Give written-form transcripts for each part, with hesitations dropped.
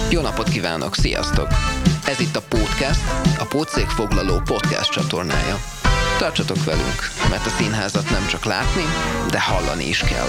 Jó napot kívánok, sziasztok! Ez itt a Podcast, a Pótszékfoglaló podcast csatornája. Tartsatok velünk, mert a színházat nem csak látni, de hallani is kell.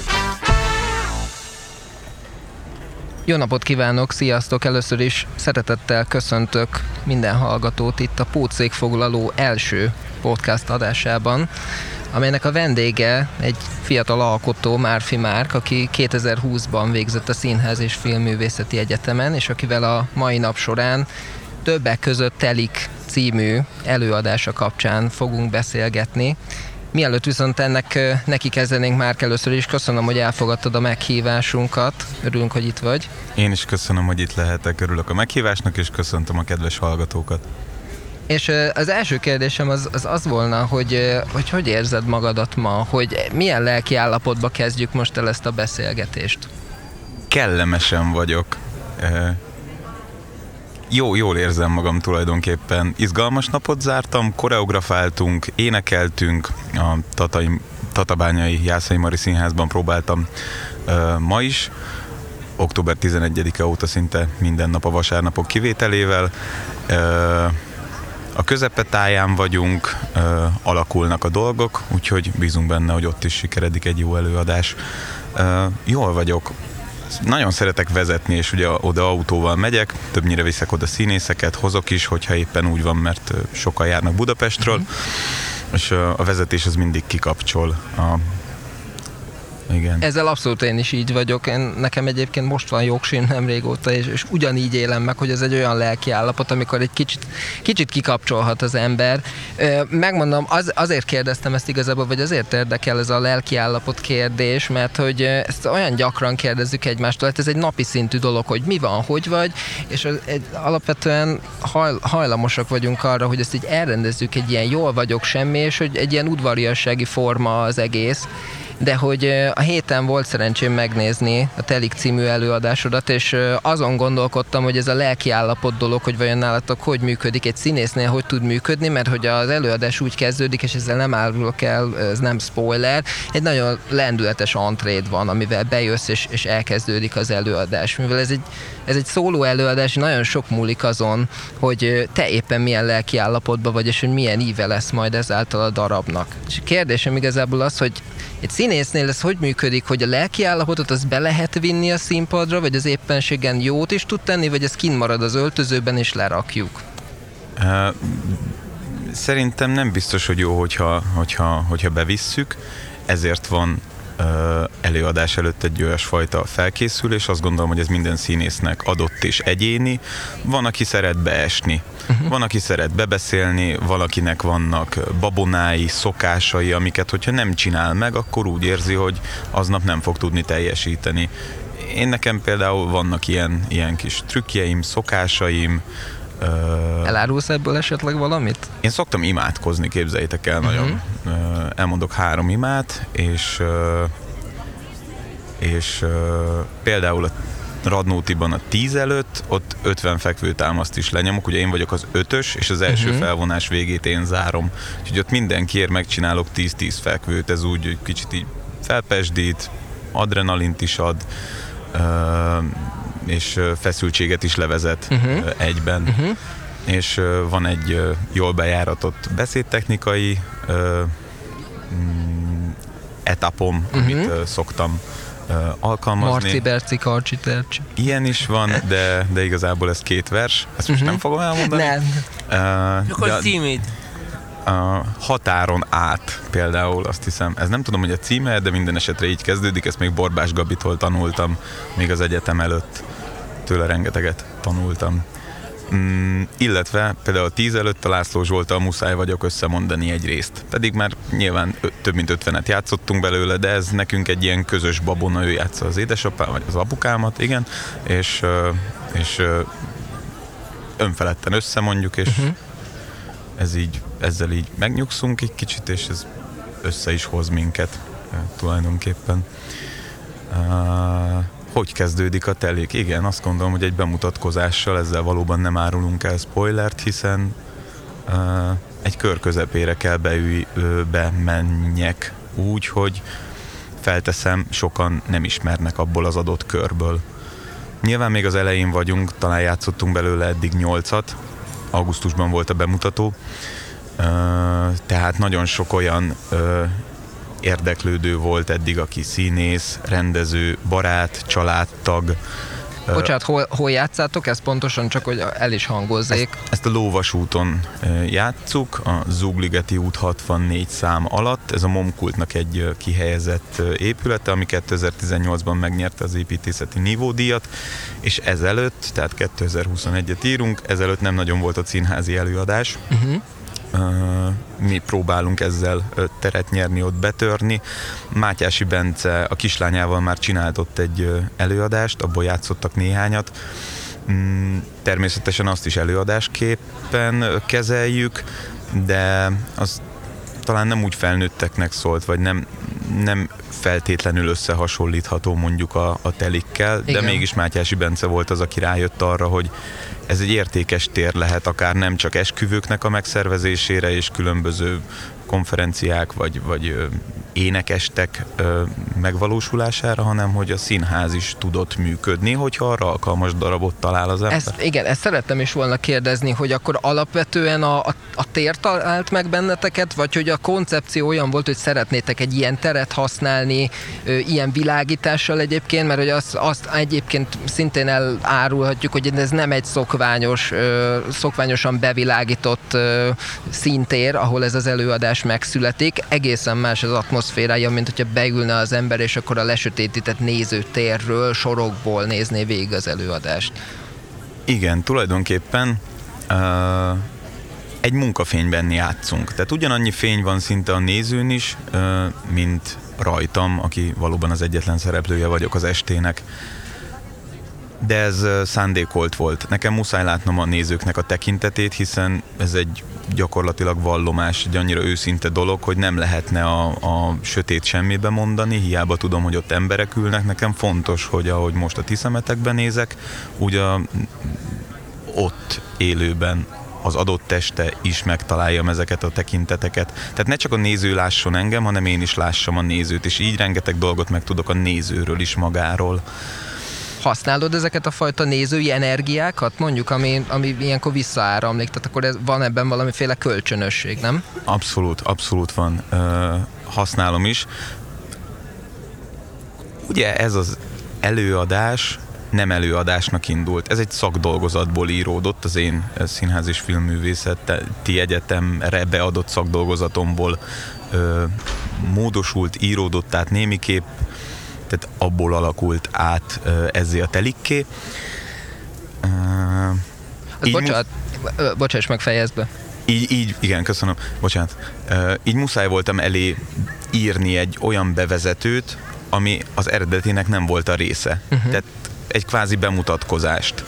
Jó napot kívánok, sziasztok! Először is szeretettel köszöntök minden hallgatót itt a Pótszékfoglaló első podcast adásában, amelynek a vendége egy fiatal alkotó, Márfi Márk, aki 2020-ban végzett a Színház és Filmművészeti Egyetemen, és akivel a mai nap során többek között Telik című előadása kapcsán fogunk beszélgetni. Mielőtt viszont neki kezdenénk, Márk, először is köszönöm, hogy elfogadtad a meghívásunkat. Örülünk, hogy itt vagy. Én is köszönöm, hogy itt lehetek, örülök a meghívásnak, és köszöntöm a kedves hallgatókat. És az első kérdésem az volna, hogy érzed magadat ma, hogy milyen lelki állapotba kezdjük most el ezt a beszélgetést? Kellemesen vagyok. Jól érzem magam tulajdonképpen. Izgalmas napot zártam, koreografáltunk, énekeltünk, a Tatabányai Jászai Mari Színházban próbáltam ma is, október 11-e óta szinte minden nap a vasárnapok kivételével. A közepetáján vagyunk, alakulnak a dolgok, úgyhogy bízunk benne, hogy ott is sikeredik egy jó előadás. Jól vagyok. Nagyon szeretek vezetni, és ugye oda autóval megyek, többnyire viszek oda színészeket, hozok is, hogyha éppen úgy van, mert sokan járnak Budapestről, és a vezetés az mindig kikapcsol. Igen. Ezzel abszolút én is így vagyok. Nekem egyébként most van jogsim nem régóta, és ugyanígy élem meg, hogy ez egy olyan lelki állapot, amikor egy kicsit kikapcsolhat az ember. Megmondom, azért kérdeztem ezt igazából, vagy azért érdekel ez a lelki állapot kérdés, mert hogy ezt olyan gyakran kérdezzük egymástól, hát ez egy napi szintű dolog, hogy mi van, hogy vagy, és alapvetően hajlamosak vagyunk arra, hogy ezt így elrendezzük egy ilyen jól vagyok semmi, és hogy egy ilyen udvariassági forma az egész. De hogy a héten volt szerencsém megnézni a Telik című előadásodat, és azon gondolkodtam, hogy ez a lelki állapot dolog, hogy vajon nálatok hogy működik, egy színésznél hogy tud működni, mert hogy az előadás úgy kezdődik, és ezzel nem árulok el, ez nem spoiler, egy nagyon lendületes antréd van, amivel bejössz, és elkezdődik az előadás. Mivel ez egy szóló előadás, nagyon sok múlik azon, hogy te éppen milyen lelki állapotban vagy, és hogy milyen íve lesz majd ezáltal a darabnak. És a kérdésem igazából az, hogy egy színésznél ez hogy működik, hogy a lelki állapotot az be lehet vinni a színpadra, vagy az éppenségen jót is tud tenni, vagy ez kint marad az öltözőben és lerakjuk? Szerintem nem biztos, hogy jó, hogyha bevisszük, ezért van előadás előtt egy olyasfajta felkészülés, azt gondolom, hogy ez minden színésznek adott és egyéni. Van, aki szeret beesni, van, aki szeret bebeszélni, valakinek vannak babonái, szokásai, amiket, hogyha nem csinál meg, akkor úgy érzi, hogy aznap nem fog tudni teljesíteni. Én nekem például vannak ilyen kis trükkjeim, szokásaim. Elárulsz ebből esetleg valamit? Én szoktam imádkozni, képzeljétek el, nagyon. Elmondok 3 imát, és például a Radnótiban a 10 előtt, ott 50 fekvőtámaszt is lenyomok, ugye én vagyok az 5-ös, és az első felvonás végét én zárom. Úgyhogy ott mindenkiért megcsinálok 10-10 fekvőt, ez úgy kicsit így felpesdít, adrenalint is ad, és feszültséget is levezet egyben. És van egy jól bejáratott beszédtechnikai etapom, amit szoktam alkalmazni. Marci, Berci, Karcsi, Tercsi. Ilyen is van, de igazából ez 2 vers. Ezt most nem fogom elmondani. Nem. Akkor a címét. Határon át például, azt hiszem, ez nem tudom, hogy a címe, de minden esetre így kezdődik, ezt még Borbás Gabitól tanultam, még az egyetem előtt. Tőle rengeteget tanultam. Illetve például 10 előtt a László Zsolttal muszáj vagyok összemondani egy részt. Pedig már nyilván több mint 50-et játszottunk belőle, de ez nekünk egy ilyen közös babona, ő játsza az édesapám, vagy az apukámat, igen, és önfeledten összemondjuk, és ezzel így megnyugszunk egy kicsit, és ez össze is hoz minket tulajdonképpen. Hogy kezdődik a Telik? Igen, azt gondolom, hogy egy bemutatkozással ezzel valóban nem árulunk el spoilert, hiszen egy kör közepére kell bemenjek úgy, hogy felteszem, sokan nem ismernek abból az adott körből. Nyilván még az elején vagyunk, talán játszottunk belőle eddig 8-at, augusztusban volt a bemutató, tehát nagyon sok olyan érdeklődő volt eddig, aki színész, rendező, barát, családtag. Bocsánat, hol játszátok? Ez pontosan csak, hogy el is hangozzék. Ezt a Lóvasúton játsszuk, a Zugligeti út 64 szám alatt. Ez a Momkultnak egy kihelyezett épülete, ami 2018-ban megnyerte az építészeti nívódíjat, és ezelőtt, tehát 2021-et írunk, ezelőtt nem nagyon volt a színházi előadás. Mi próbálunk ezzel teret nyerni, ott betörni. Mátyási Bence a kislányával már csinált ott egy előadást, abból játszottak néhányat. Természetesen azt is előadásképpen kezeljük, de az talán nem úgy felnőtteknek szólt, vagy nem feltétlenül összehasonlítható mondjuk a telikkel, de mégis Mátyási Bence volt az, aki rájött arra, hogy ez egy értékes tér lehet, akár nem csak esküvőknek a megszervezésére és különböző konferenciák vagy énekestek megvalósulására, hanem hogy a színház is tudott működni, hogyha arra alkalmas darabot talál az ember. Ezt szerettem is volna kérdezni, hogy akkor alapvetően a tér talált meg benneteket, vagy hogy a koncepció olyan volt, hogy szeretnétek egy ilyen teret használni, ilyen világítással egyébként, mert hogy azt egyébként szintén elárulhatjuk, hogy ez nem egy szokványosan bevilágított színtér, ahol ez az előadás megszületik. Egészen más az atmoszférája, mint hogyha beülne az ember, és akkor a lesötétített nézőtérről, sorokból nézné végig az előadást. Igen, tulajdonképpen egy munkafényben játszunk. Tehát ugyanannyi fény van szinte a nézőn is, mint rajtam, aki valóban az egyetlen szereplője vagyok az estének. De ez szándékolt volt. Nekem muszáj látnom a nézőknek a tekintetét, hiszen ez egy gyakorlatilag vallomás, egy annyira őszinte dolog, hogy nem lehetne a sötét semmibe mondani, hiába tudom, hogy ott emberek ülnek. Nekem fontos, hogy ahogy most a ti szemetekben nézek, úgy ott élőben az adott teste is megtaláljam ezeket a tekinteteket. Tehát ne csak a néző lásson engem, hanem én is lássam a nézőt, és így rengeteg dolgot megtudok a nézőről is magáról. Használod ezeket a fajta nézői energiákat, mondjuk, ami ilyenkor visszaáramlik, tehát akkor van ebben valamiféle kölcsönösség, nem? Abszolút van. Használom is. Ugye ez az előadás nem előadásnak indult. Ez egy szakdolgozatból íródott, az én Színház és Filmművészeti Egyetemre beadott szakdolgozatomból módosult, íródott át némiképp, tehát abból alakult át ezzé a telikké. Bocsáss meg, fejezd be. Így, igen, köszönöm. Bocsánat. Így muszáj voltam elé írni egy olyan bevezetőt, ami az eredetinek nem volt a része. Tehát egy kvázi bemutatkozást.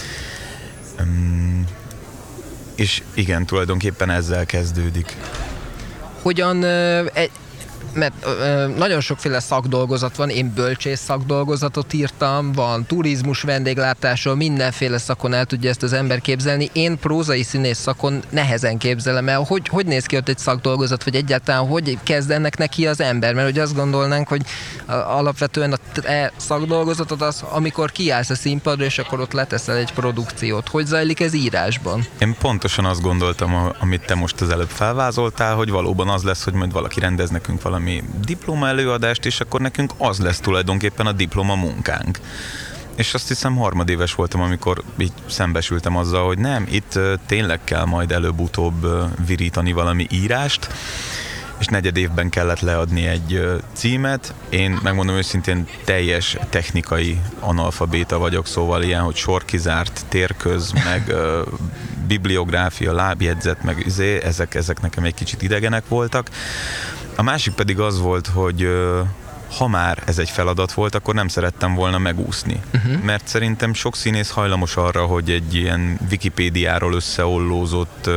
És igen, tulajdonképpen ezzel kezdődik. Hogyan... mert nagyon sokféle szakdolgozat van, én bölcsész szakdolgozatot írtam, van turizmus vendéglátásról, mindenféle szakon el tudja ezt az ember képzelni. Én prózai színész szakon nehezen képzelem el, hogy néz ki ott egy szakdolgozat, vagy egyáltalán hogy kezdenek neki az ember, mert hogy azt gondolnánk, hogy alapvetően a szakdolgozatot az, amikor kiállsz a színpadra, és akkor ott leteszel egy produkciót. Hogy zajlik ez írásban? Én pontosan azt gondoltam, amit te most az előbb felvázoltál, hogy valóban az lesz, hogy majd valaki rendez nekünk valami diploma előadást, és akkor nekünk az lesz tulajdonképpen a diploma munkánk. És azt hiszem harmadéves voltam, amikor így szembesültem azzal, hogy nem, itt tényleg kell majd előbb-utóbb virítani valami írást, és negyedévben kellett leadni egy címet. Én megmondom őszintén teljes technikai analfabéta vagyok, szóval ilyen, hogy sorkizárt, térköz, meg bibliográfia, lábjegyzet, meg ezek nekem egy kicsit idegenek voltak. A másik pedig az volt, hogy ha már ez egy feladat volt, akkor nem szerettem volna megúszni. Mert szerintem sok színész hajlamos arra, hogy egy ilyen Wikipédiáról összeollózott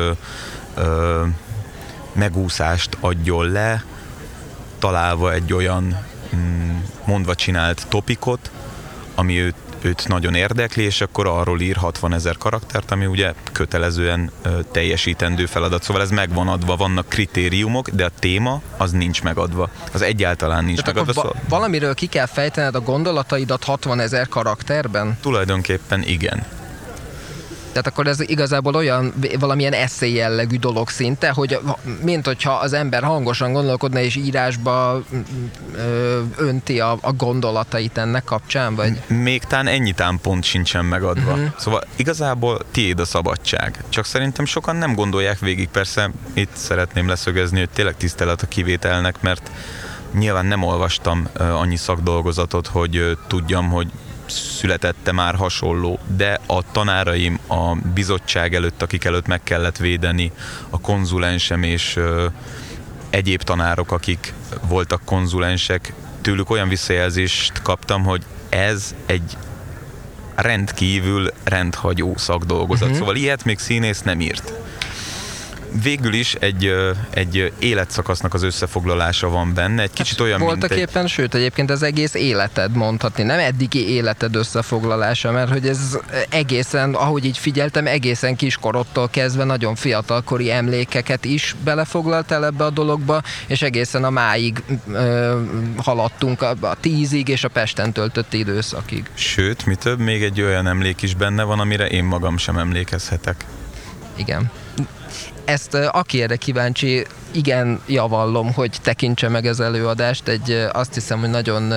megúszást adjon le, találva egy olyan mondva csinált topikot, ami őt őt nagyon érdekli, és akkor arról ír 60 000 karaktert, ami ugye kötelezően teljesítendő feladat. Szóval ez meg van adva, vannak kritériumok, de a téma az nincs megadva. Az egyáltalán nincs tehát megadva. Szóval valamiről ki kell fejtened a gondolataidat 60 000 karakterben? Tulajdonképpen igen. Tehát akkor ez igazából olyan valamilyen esszé jellegű dolog szinte, hogy mint hogyha az ember hangosan gondolkodna és írásba önti a gondolatait ennek kapcsán, vagy? Még talán ennyi támpont sincsen megadva. Szóval igazából tiéd a szabadság. Csak szerintem sokan nem gondolják végig. Persze itt szeretném leszögezni, hogy tényleg tisztelet a kivételnek, mert nyilván nem olvastam annyi szakdolgozatot, hogy tudjam, hogy születette már hasonló, de a tanáraim a bizottság előtt, akik előtt meg kellett védeni, a konzulensem és egyéb tanárok, akik voltak konzulensek, tőlük olyan visszajelzést kaptam, hogy ez egy rendkívül rendhagyó szakdolgozat. Szóval ilyet még színész nem írt. Végül is egy életszakasznak az összefoglalása van benne, egy kicsit olyan, voltak mint éppen, sőt, egyébként az egész életed mondhatni, nem eddigi életed összefoglalása, mert hogy ez egészen, ahogy így figyeltem, egészen kiskorodtól kezdve nagyon fiatalkori emlékeket is belefoglaltál ebbe a dologba, és egészen a máig haladtunk a 10-ig és a Pesten töltött időszakig. Sőt, mi több, még egy olyan emlék is benne van, amire én magam sem emlékezhetek. Igen. Ezt aki erre kíváncsi, igen, javallom, hogy tekintse meg az előadást. Azt hiszem, hogy nagyon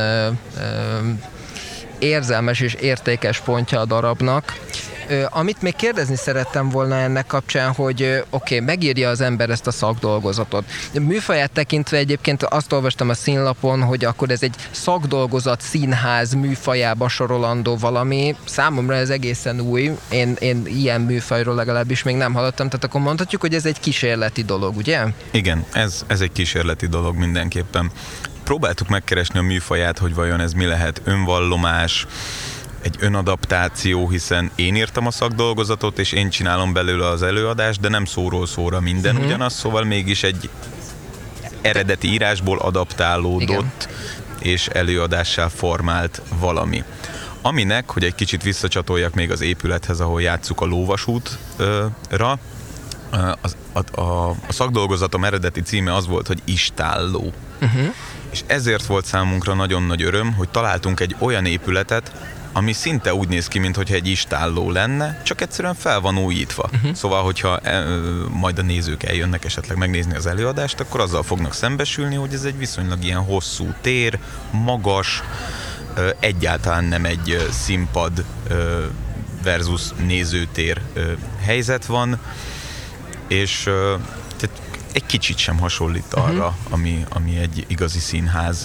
érzelmes és értékes pontja a darabnak. Amit még kérdezni szerettem volna ennek kapcsán, hogy oké, megírja az ember ezt a szakdolgozatot. Műfaját tekintve egyébként azt olvastam a színlapon, hogy akkor ez egy szakdolgozat színház műfajába sorolandó valami. Számomra ez egészen új. Én ilyen műfajról legalábbis még nem hallottam, tehát akkor mondhatjuk, hogy ez egy kísérleti dolog, ugye? Igen, ez egy kísérleti dolog mindenképpen. Próbáltuk megkeresni a műfaját, hogy vajon ez mi lehet, önvallomás, egy önadaptáció, hiszen én írtam a szakdolgozatot, és én csinálom belőle az előadást, de nem szóról szóra minden ugyanaz, szóval mégis egy eredeti írásból adaptálódott igen. és előadással formált valami. Aminek, hogy egy kicsit visszacsatoljak még az épülethez, ahol játsszuk a Lóvasútra, a szakdolgozatom eredeti címe az volt, hogy Istálló. És ezért volt számunkra nagyon nagy öröm, hogy találtunk egy olyan épületet, ami szinte úgy néz ki, mintha egy istálló lenne, csak egyszerűen fel van újítva. Szóval, hogyha majd a nézők eljönnek esetleg megnézni az előadást, akkor azzal fognak szembesülni, hogy ez egy viszonylag ilyen hosszú tér, magas, egyáltalán nem egy színpad versus nézőtér helyzet van, és egy kicsit sem hasonlít arra, ami egy igazi színház.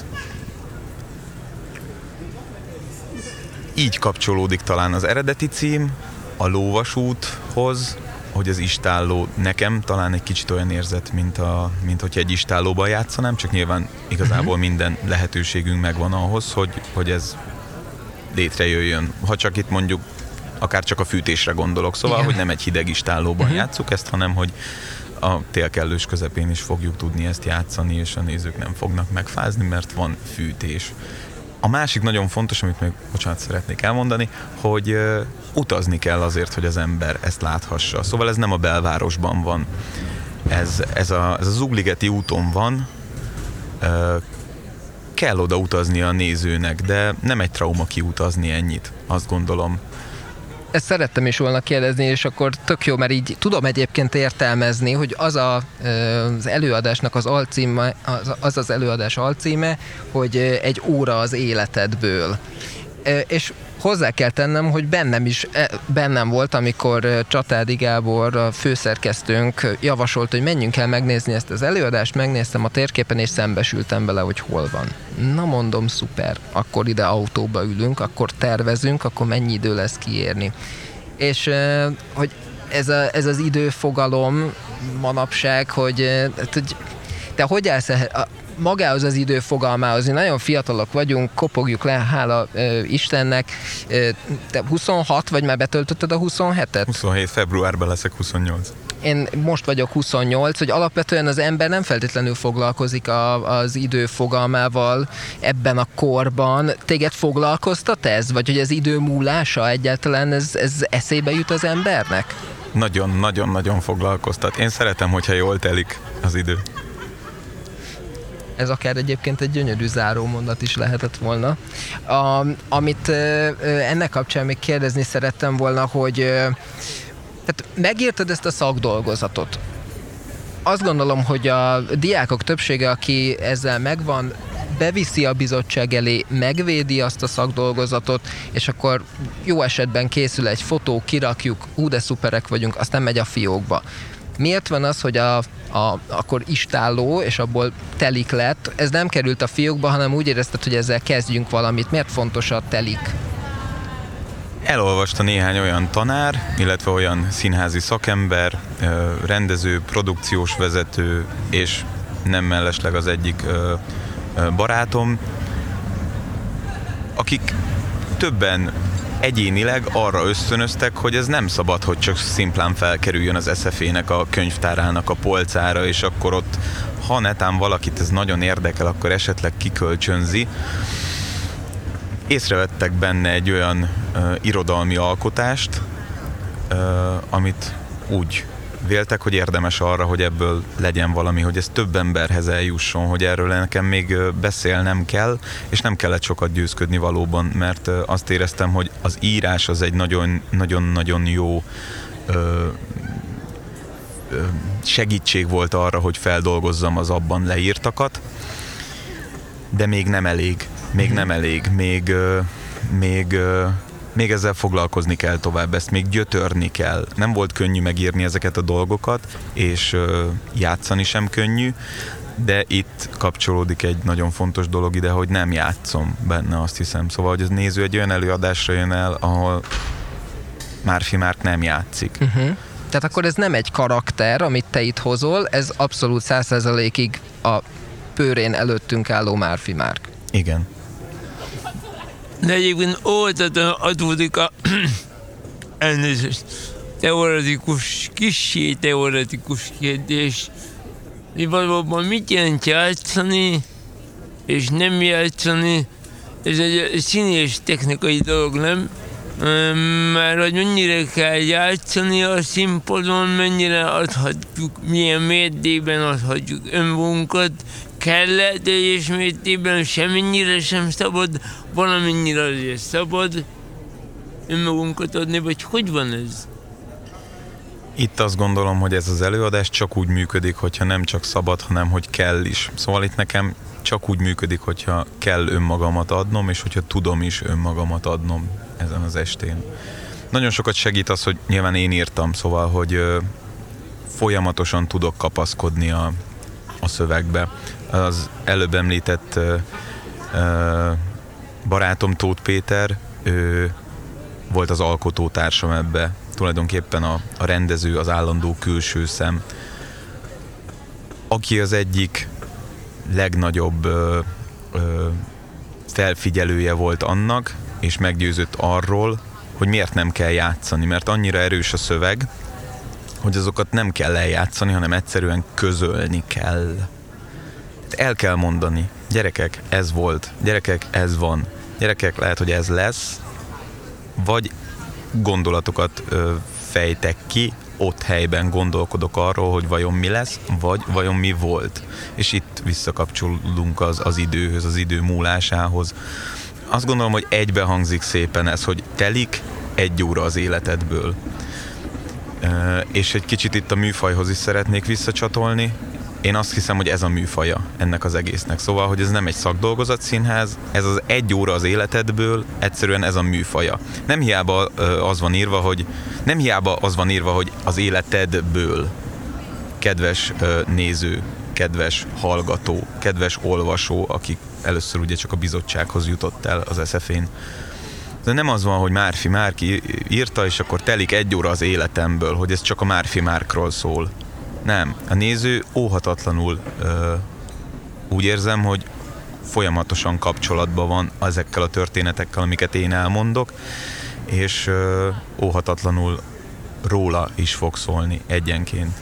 Így kapcsolódik talán az eredeti cím a Lóvasúthoz, hogy az istálló nekem talán egy kicsit olyan érzet, mint hogyha egy istállóban játszanám, csak nyilván igazából minden lehetőségünk megvan ahhoz, hogy ez létrejöjjön. Ha csak itt mondjuk akár csak a fűtésre gondolok, szóval, hogy nem egy hideg istállóban játsszuk ezt, hanem hogy a tél kellős közepén is fogjuk tudni ezt játszani, és a nézők nem fognak megfázni, mert van fűtés. A másik nagyon fontos, amit még, bocsánat, szeretnék elmondani, hogy utazni kell azért, hogy az ember ezt láthassa. Szóval ez nem a belvárosban van. Ez a Zugligeti úton van, kell oda utazni a nézőnek, de nem egy trauma kiutazni ennyit, azt gondolom. Ezt szerettem is volna kérdezni, és akkor tök jó, mert így tudom egyébként értelmezni, hogy az előadásnak az alcíme, az előadás alcíme, hogy egy óra az életedből. És hozzá kell tennem, hogy bennem volt, amikor Csatádi Gábor, a főszerkesztőnk javasolt, hogy menjünk el megnézni ezt az előadást, megnéztem a térképen, és szembesültem bele, hogy hol van. Na mondom, szuper, akkor ide autóba ülünk, akkor tervezünk, akkor mennyi idő lesz kiérni. És hogy ez az időfogalom manapság, hogy te hogy állsz magához az idő fogalmához, mi nagyon fiatalok vagyunk, kopogjuk le, hála Istennek. Te 26, vagy már betöltötted a 27-et? 27 februárban leszek 28. Én most vagyok 28, hogy alapvetően az ember nem feltétlenül foglalkozik az idő fogalmával ebben a korban. Téged foglalkoztat ez? Vagy hogy az idő múlása egyáltalán ez eszébe jut az embernek? Nagyon foglalkoztat. Én szeretem, hogyha jól telik az idő. Ez akár egyébként egy gyönyörű zárómondat is lehetett volna. Amit ennek kapcsán még kérdezni szerettem volna, hogy tehát megírtad ezt a szakdolgozatot. Azt gondolom, hogy a diákok többsége, aki ezzel megvan, beviszi a bizottság elé, megvédi azt a szakdolgozatot, és akkor jó esetben készül egy fotó, kirakjuk, de szuperek vagyunk, aztán megy a fiókba. Miért van az, hogy akkor istálló, és abból telik lett, ez nem került a fiókba, hanem úgy érezted, hogy ezzel kezdjünk valamit. Miért fontos a telik? Elolvasta néhány olyan tanár, illetve olyan színházi szakember, rendező, produkciós vezető, és nem mellesleg az egyik barátom, akik többen egyénileg arra ösztönöztek, hogy ez nem szabad, hogy csak szimplán felkerüljön az SZF-nek a könyvtárának a polcára, és akkor ott, ha netán valakit ez nagyon érdekel, akkor esetleg kikölcsönzi. Észrevettek benne egy olyan irodalmi alkotást, amit úgy véltek, hogy érdemes arra, hogy ebből legyen valami, hogy ez több emberhez eljusson, hogy erről nekem még beszélnem kell, és nem kellett sokat győzködni valóban, mert azt éreztem, hogy az írás az egy nagyon-nagyon jó segítség volt arra, hogy feldolgozzam az abban leírtakat, de még nem elég. Még ezzel foglalkozni kell tovább, ezt még gyötörni kell. Nem volt könnyű megírni ezeket a dolgokat, és játszani sem könnyű, de itt kapcsolódik egy nagyon fontos dolog ide, hogy nem játszom benne, azt hiszem. Szóval, hogy az néző egy olyan előadásra jön el, ahol Márfi Márk nem játszik. Tehát akkor ez nem egy karakter, amit te itt hozol, ez abszolút 100%-ig a pőrén előttünk álló Márfi Márk. Igen. De egyébként óvatatlan adódik a elnézést kissé teoretikus kérdés, hogy valóban mit jelent játszani és nem játszani. Ez egy színés technikai dolog, nem? Mert hogy mennyire kell játszani a színpadon, mennyire adhatjuk, milyen mértékben adhatjuk önmagunkat, kell, de és mértékben semmennyire sem szabad, valamennyire azért szabad önmagunkat adni, vagy hogy van ez? Itt azt gondolom, hogy ez az előadás csak úgy működik, hogyha nem csak szabad, hanem hogy kell is. Szóval itt nekem csak úgy működik, hogyha kell önmagamat adnom, és hogyha tudom is önmagamat adnom ezen az estén. Nagyon sokat segít az, hogy nyilván én írtam, szóval, hogy folyamatosan tudok kapaszkodni a szövegbe. Az előbb említett barátom Tóth Péter, ő volt az alkotótársam ebbe, tulajdonképpen a rendező, az állandó külső szem, aki az egyik legnagyobb felfigyelője volt annak, és meggyőzött arról, hogy miért nem kell játszani, mert annyira erős a szöveg, hogy azokat nem kell eljátszani, hanem egyszerűen közölni kell. El kell mondani, gyerekek, ez volt, gyerekek, ez van, gyerekek, lehet, hogy ez lesz, vagy gondolatokat fejtek ki, ott helyben gondolkodok arról, hogy vajon mi lesz, vagy vajon mi volt. És itt visszakapcsolunk az időhöz, az idő múlásához. Azt gondolom, hogy egybe hangzik szépen ez, hogy telik 1 óra az életedből. És egy kicsit itt a műfajhoz is szeretnék visszacsatolni. Én azt hiszem, hogy ez a műfaja ennek az egésznek. Szóval, hogy ez nem egy szakdolgozatszínház, ez az 1 óra az életedből, egyszerűen ez a műfaja. Nem hiába az van írva, hogy az életedből, kedves néző, kedves hallgató, kedves olvasó, aki először ugye csak a bizottsághoz jutott el az SZF-én. De nem az van, hogy Márfi Márk írta, és akkor telik 1 óra az életemből, hogy ez csak a Márfi Márkról szól. Nem. A néző óhatatlanul úgy érzem, hogy folyamatosan kapcsolatban van ezekkel a történetekkel, amiket én elmondok, és óhatatlanul róla is fog szólni egyenként.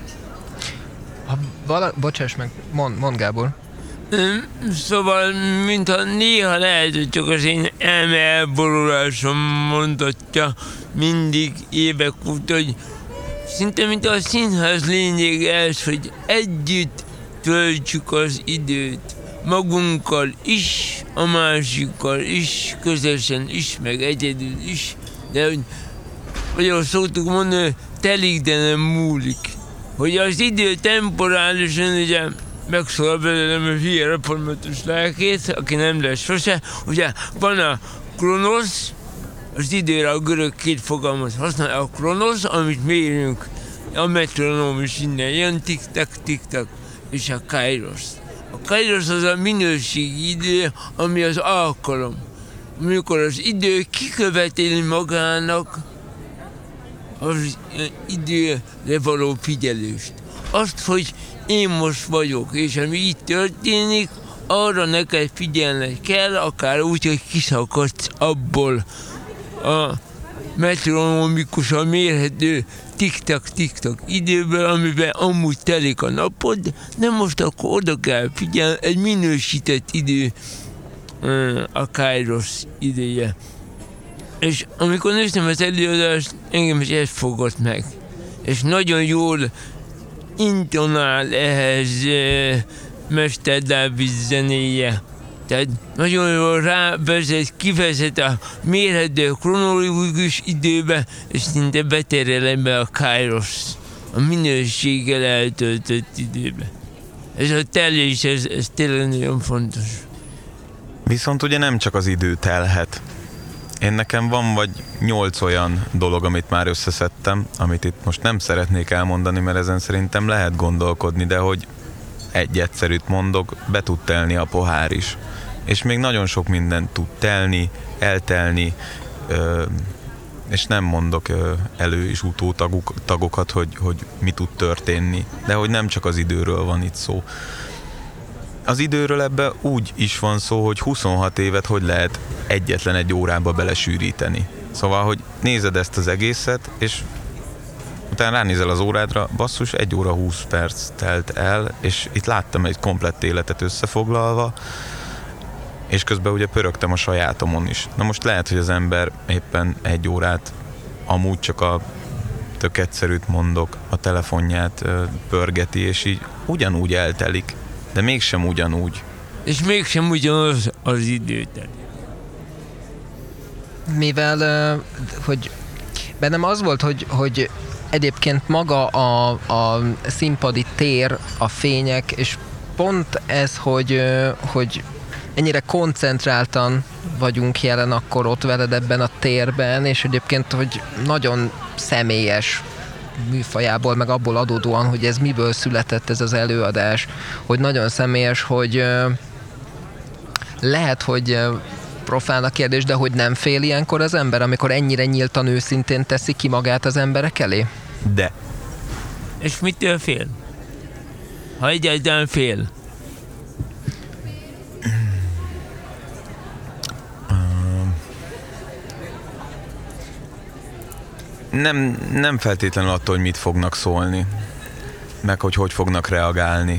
Bocsáss meg, mond Gábor. Szóval, mintha néha lehet, hogy csak az én elborulásom mondatja mindig évek óta, hogy szinte mint a színház lényeg ez, hogy együtt töltsük az időt. Magunkkal is, a másikkal is, közösen is, meg egyedül is. De hogy azt szoktuk mondani, telik, de nem múlik. Hogy az idő temporálisan ugye megszólal belőlem a hülye református lelkész, aki nem lesz sose. Ugye van a kronosz, az időre a görög két fogalmat használ, a kronosz, amit mérünk, a metronóm is innen jön, tik-tak, és a kairosz. A kairosz az a minőségi idő, ami az alkalom. Amikor az idő kiköveteli magának az időre való figyelést. Azt, hogy én most vagyok, és ami így történik, arra neked figyelned kell, akár úgy, hogy kiszakadsz abból a metronomikusan mérhető tik-tak időből, amiben amúgy telik a napod, de most akkor oda kell figyelni, egy minősített idő a kairosz ideje. És amikor néztem az előadást, engem is ez fogott meg. És nagyon jól intonál ehhez Mester Dávid zenéje. Tehát nagyon jól kivezet a mérhető kronológikus időbe, és szinte beterel ebbe a kairosz, a minőséggel eltöltött időbe. Ez a telés, ez tényleg nagyon fontos. Viszont ugye nem csak az idő telhet. Nekem van vagy 8 olyan dolog, amit már összeszedtem, amit itt most nem szeretnék elmondani, mert ezen szerintem lehet gondolkodni, de hogy egy egyszerűt mondok, be tud telni a pohár is. És még nagyon sok minden tud telni, eltelni, és nem mondok elő- és utótagokat, hogy mi tud történni, de hogy nem csak az időről van itt szó. Az időről ebbe úgy is van szó, hogy 26 évet hogy lehet egyetlen egy órába belesűríteni. Szóval, hogy nézed ezt az egészet, és utána ránézel az órádra, basszus, 1 óra 20 perc telt el, és itt láttam egy komplett életet összefoglalva, és közben ugye pörögtem a sajátomon is. Na most lehet, hogy az ember éppen 1 órát, amúgy csak a tök egyszerűt mondok, a telefonját pörgeti, és így ugyanúgy eltelik, de mégsem ugyanúgy. És mégsem ugyanaz az időt. Mivel, hogy bennem az volt, hogy egyébként maga a színpadi tér, a fények, és pont ez, hogy ennyire koncentráltan vagyunk jelen akkor ott veled ebben a térben, és egyébként, hogy nagyon személyes műfajából, meg abból adódóan, hogy ez miből született ez az előadás, hogy nagyon személyes, hogy lehet, hogy profán a kérdés, de hogy nem fél ilyenkor az ember, amikor ennyire nyíltan őszintén teszi ki magát az emberek elé? De. És mitől fél? Ha egyáltalán fél? Nem feltétlenül attól, hogy mit fognak szólni, meg hogy fognak reagálni.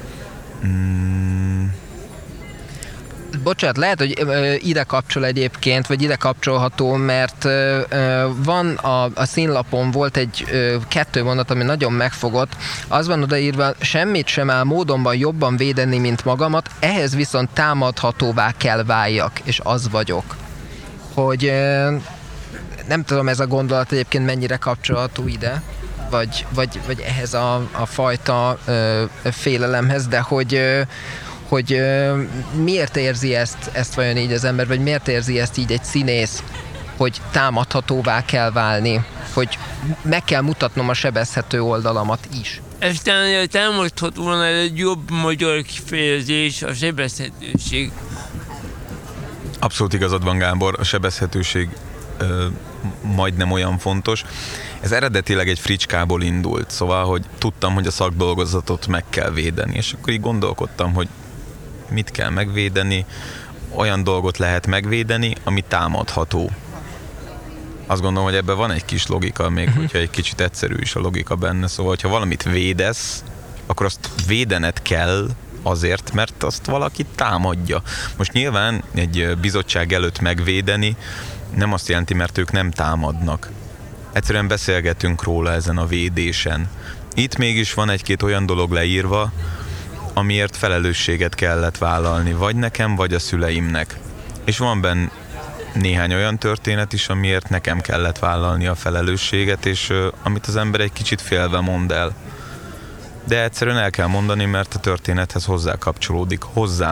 Bocsánat, lehet, hogy ide kapcsol egyébként, vagy ide kapcsolható, mert van a színlapon volt egy 2 mondat, ami nagyon megfogott. Az van odaírva, semmit sem áll módonban jobban védeni, mint magamat, ehhez viszont támadhatóvá kell váljak, és az vagyok. Hogy nem tudom, ez a gondolat egyébként mennyire kapcsolható ide, vagy ehhez a fajta félelemhez, de hogy miért érzi ezt vajon így az ember, vagy miért érzi ezt így egy színész, hogy támadhatóvá kell válni, hogy meg kell mutatnom a sebezhető oldalamat is. Ez talán támadható volna egy jobb magyar kifejezés, a sebezhetőség. Abszolút igazad van, Gábor, a sebezhetőség majdnem olyan fontos. Ez eredetileg egy fricskából indult, szóval, hogy tudtam, hogy a szakdolgozatot meg kell védeni, és akkor így gondolkodtam, hogy mit kell megvédeni, olyan dolgot lehet megvédeni, ami támadható. Azt gondolom, hogy ebben van egy kis logika, még hogyha egy kicsit egyszerű is a logika benne, szóval, ha valamit védesz, akkor azt védened kell azért, mert azt valaki támadja. Most nyilván egy bizottság előtt megvédeni nem azt jelenti, mert ők nem támadnak. Egyszerűen beszélgetünk róla ezen a védésen. Itt mégis van egy-két olyan dolog leírva, amiért felelősséget kellett vállalni, vagy nekem, vagy a szüleimnek. És van benne néhány olyan történet is, amiért nekem kellett vállalni a felelősséget, és amit az ember egy kicsit félve mond el. De egyszerűen el kell mondani, mert a történethez hozzá kapcsolódik.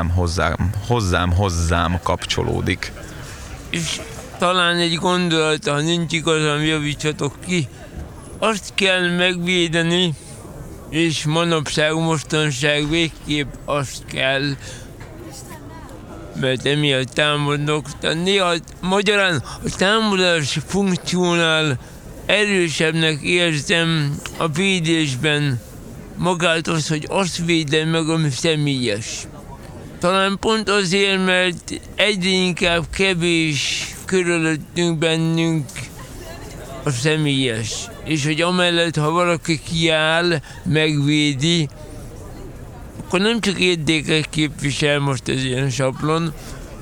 Hozzám kapcsolódik. És talán egy gondolat, ha nincs igazam, javítsatok ki. Azt kell megvédeni, és manapság, mostanság végképp azt kell, mert emiatt támadnak. Néha magyarán a támadási funkciónál erősebbnek érzem a védésben magát az, hogy azt védem meg, ami személyes. Talán pont azért, mert egyre inkább kevés körülöttünk bennünk a személyes. És hogy amellett, ha valaki kiáll, megvédi, akkor nem csak értéket képvisel, most ez ilyen sablon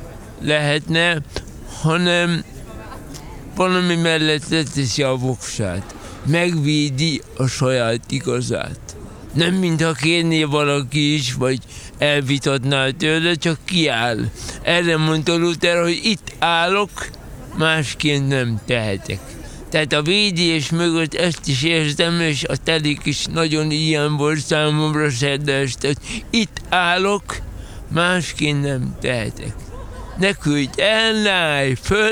lehetne, hanem valami mellett leteszi a voksát. Megvédi a saját igazát. Nem mintha kérné valaki is, vagy elvitatná tőle, csak kiáll. Erre mondta Luther, hogy itt állok, másként nem tehetek. Tehát a védés mögött ezt is érzem, és a telik is nagyon ilyen volt számomra szerda este, hogy itt állok, másként nem tehetek. Ne küldj el, ne állj föl,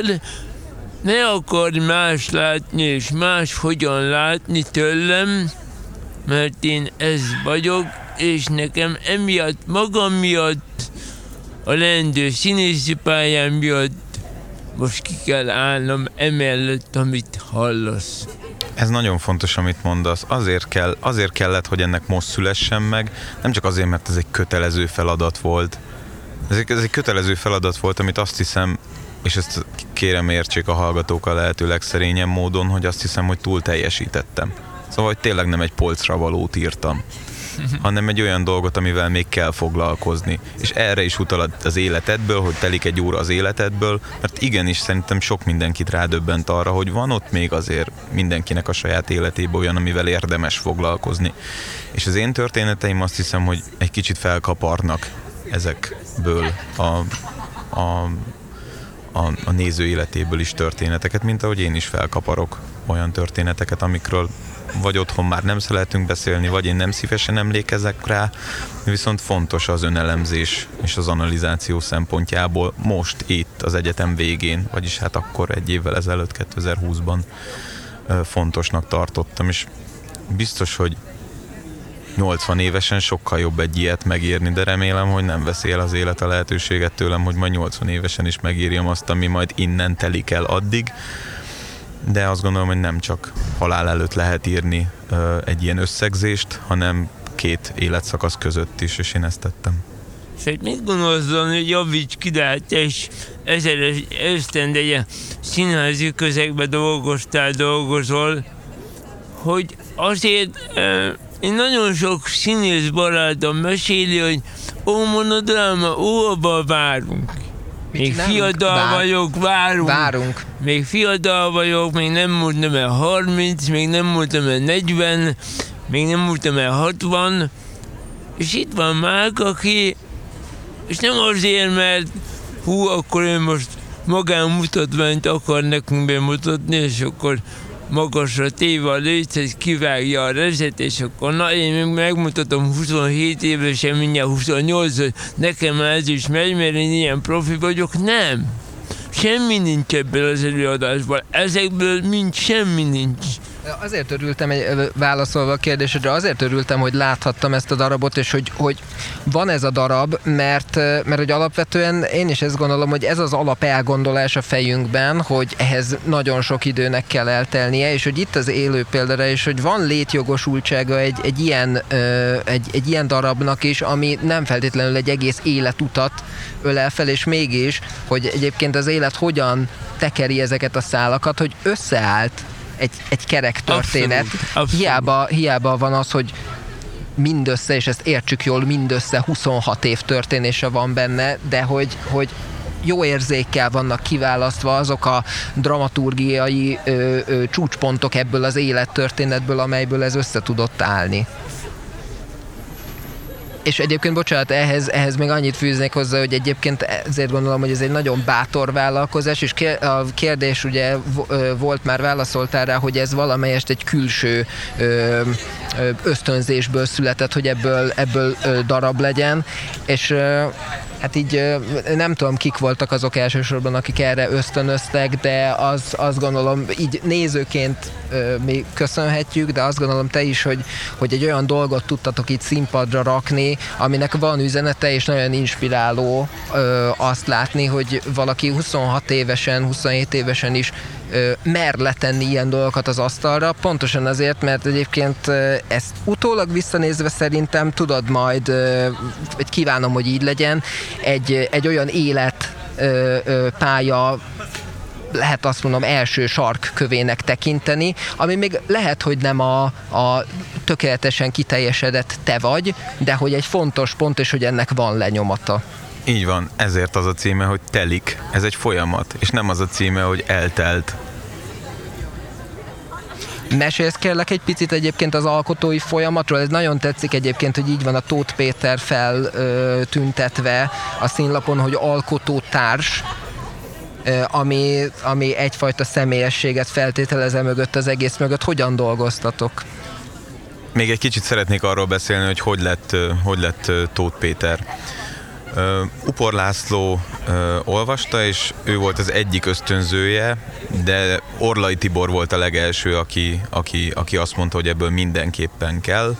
ne akarj más látni, és más hogyan látni tőlem, mert én ez vagyok, és nekem emiatt, magam miatt, a leendő színészi pályám miatt most ki kell állnom emellett, amit hallasz. Ez nagyon fontos, amit mondasz. Azért kellett, hogy ennek most szülessen meg, nem csak azért, mert ez egy kötelező feladat volt. Ez egy kötelező feladat volt, amit azt hiszem, és ezt kérem értsék a hallgatók a lehető legszerényebb módon, hogy azt hiszem, hogy túl teljesítettem. Szóval, hogy tényleg nem egy polcra valót írtam, hanem egy olyan dolgot, amivel még kell foglalkozni. És erre is utal az életedből, hogy telik egy óra az életedből, mert igenis szerintem sok mindenkit rádöbbent arra, hogy van ott még azért mindenkinek a saját életében olyan, amivel érdemes foglalkozni. És az én történeteim azt hiszem, hogy egy kicsit felkaparnak ezekből a néző életéből is történeteket, mint ahogy én is felkaparok olyan történeteket, amikről vagy otthon már nem szeretünk beszélni, vagy én nem szívesen emlékezek rá, viszont fontos az önelemzés és az analizáció szempontjából most itt az egyetem végén, vagyis hát akkor egy évvel ezelőtt, 2020-ban fontosnak tartottam, és biztos, hogy 80 évesen sokkal jobb egy ilyet megírni, de remélem, hogy nem veszi el az élet a lehetőséget tőlem, hogy majd 80 évesen is megírjam azt, ami majd innen telik el addig. De azt gondolom, hogy nem csak halál előtt lehet írni egy ilyen összegzést, hanem két életszakasz között is, és én ezt tettem. És mit gondolsz, hogy javíts ki, de hát te is ezeres esztendeje színházi közegben dolgozol, hogy azért én nagyon sok színész barátom meséli, hogy monodráma, abban várunk. Még fiatal vagyok, várunk. Még fiatal vagyok, még nem múltam el 30, még nem múltam el 40, még nem múltam el 60, és itt van Márk, aki, és nem azért, mert akkor ő most magánmutatványt akar nekünk bemutatni, és akkor magasra téve a lécet, kivágja a rezet, és akkor na, én még megmutatom 27 évesen, mindjárt 28, hogy nekem ez is megy, mert én ilyen profi vagyok. Nem! Semmi nincs ebből az előadásból. Ezekből semmi nincs. Azért örültem, válaszolva a kérdésedre, azért örültem, hogy láthattam ezt a darabot, és hogy van ez a darab, mert hogy alapvetően én is ezt gondolom, hogy ez az alap elgondolás a fejünkben, hogy ehhez nagyon sok időnek kell eltelnie, és hogy itt az élő példára, és hogy van létjogosultsága egy ilyen darabnak is, ami nem feltétlenül egy egész életutat ölel fel, és mégis, hogy egyébként az élet hogyan tekeri ezeket a szálakat, hogy összeállt egy kerek történet. Abszolút. Hiába van az, hogy mindössze, és ezt értsük jól, mindössze 26 év történése van benne, de hogy jó érzékkel vannak kiválasztva azok a dramaturgiai csúcspontok ebből az élettörténetből, amelyből ez össze tudott állni. És egyébként, bocsánat, ehhez még annyit fűznék hozzá, hogy egyébként ezért gondolom, hogy ez egy nagyon bátor vállalkozás, és a kérdés ugye volt, már válaszoltál rá, hogy ez valamelyest egy külső ösztönzésből született, hogy ebből darab legyen, és hát így nem tudom, kik voltak azok elsősorban, akik erre ösztönöztek, de azt gondolom, így nézőként mi köszönhetjük, de azt gondolom te is, hogy egy olyan dolgot tudtatok itt színpadra rakni, aminek van üzenete, és nagyon inspiráló azt látni, hogy valaki 26 évesen, 27 évesen is mer letenni ilyen dolgokat az asztalra, pontosan azért, mert egyébként ezt utólag visszanézve szerintem tudod majd, vagy kívánom, hogy így legyen, egy olyan életpálya, lehet azt mondom első sarkkövének tekinteni, ami még lehet, hogy nem a tökéletesen kiteljesedett te vagy, de hogy egy fontos pont, és hogy ennek van lenyomata. Így van, ezért az a címe, hogy telik. Ez egy folyamat, és nem az a címe, hogy eltelt. Mesélsz kérlek egy picit egyébként az alkotói folyamatról, ez nagyon tetszik egyébként, hogy így van a Tóth Péter feltüntetve a színlapon, hogy alkotótárs, ami egyfajta személyességet feltételez mögött, az egész mögött. Hogyan dolgoztatok? Még egy kicsit szeretnék arról beszélni, hogy lett Tóth Péter. Upor László olvasta, és ő volt az egyik ösztönzője, de Orlai Tibor volt a legelső, aki azt mondta, hogy ebből mindenképpen kell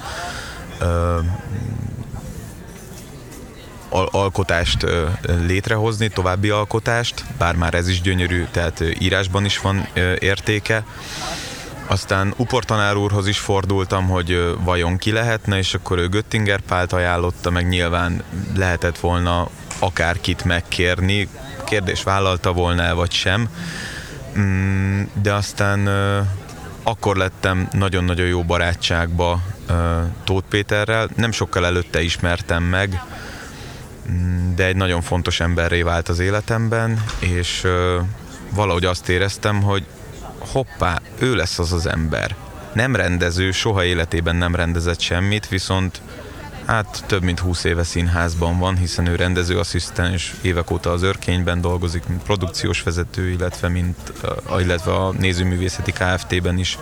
alkotást létrehozni, további alkotást, bár már ez is gyönyörű, tehát írásban is van értéke. Aztán Upor tanár úrhoz is fordultam, hogy vajon ki lehetne, és akkor ő Göttinger Pált ajánlotta, meg nyilván lehetett volna akárkit megkérni, kérdés vállalta volna el, vagy sem. De aztán akkor lettem nagyon-nagyon jó barátságba Tóth Péterrel, nem sokkal előtte ismertem meg, de egy nagyon fontos emberré vált az életemben, és valahogy azt éreztem, hogy hoppá, ő lesz az az ember. Nem rendező, soha életében nem rendezett semmit, viszont hát több mint 20 éve színházban van, hiszen ő rendezőasszisztens, évek óta az Örkényben dolgozik, mint produkciós vezető, illetve a Nézőművészeti Kft-ben is.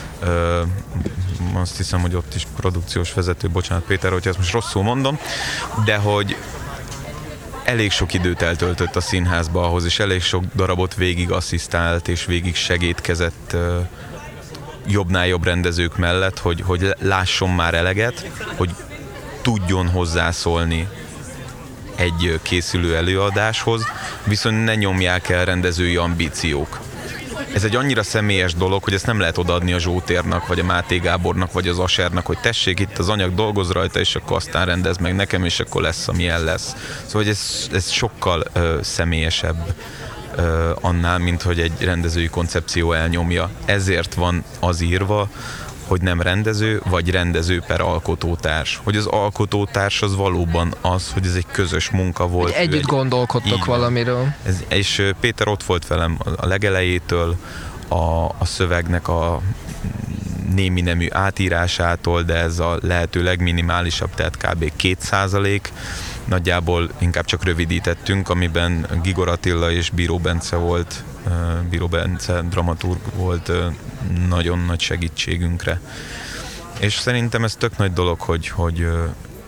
Azt hiszem, hogy ott is produkciós vezető, bocsánat Péter, hogyha ezt most rosszul mondom, de hogy elég sok időt eltöltött a színházba ahhoz, és elég sok darabot végig asszisztált, és végig segédkezett jobbnál jobb rendezők mellett, hogy lásson már eleget, hogy tudjon hozzászólni egy készülő előadáshoz, viszont ne nyomják el rendezői ambíciók. Ez egy annyira személyes dolog, hogy ezt nem lehet odaadni a Zsótérnak, vagy a Máté Gábornak, vagy az Asernak, hogy tessék, itt az anyag, dolgoz rajta, és akkor aztán rendez meg nekem, és akkor lesz, amilyen lesz. Szóval ez sokkal személyesebb annál, mint hogy egy rendezői koncepció elnyomja. Ezért van az írva, hogy nem rendező, vagy rendező per alkotótárs. Hogy az alkotótárs az valóban az, hogy ez egy közös munka volt. Hogy együtt gondolkodtok valamiről. És Péter ott volt velem a legelejétől, a szövegnek a némi nemű átírásától, de ez a lehető legminimálisabb, tehát kb. 2%. Nagyjából inkább csak rövidítettünk, amiben Gigor Attila és Bíró Bence volt, Bíró Bence dramaturg volt nagyon nagy segítségünkre. És szerintem ez tök nagy dolog, hogy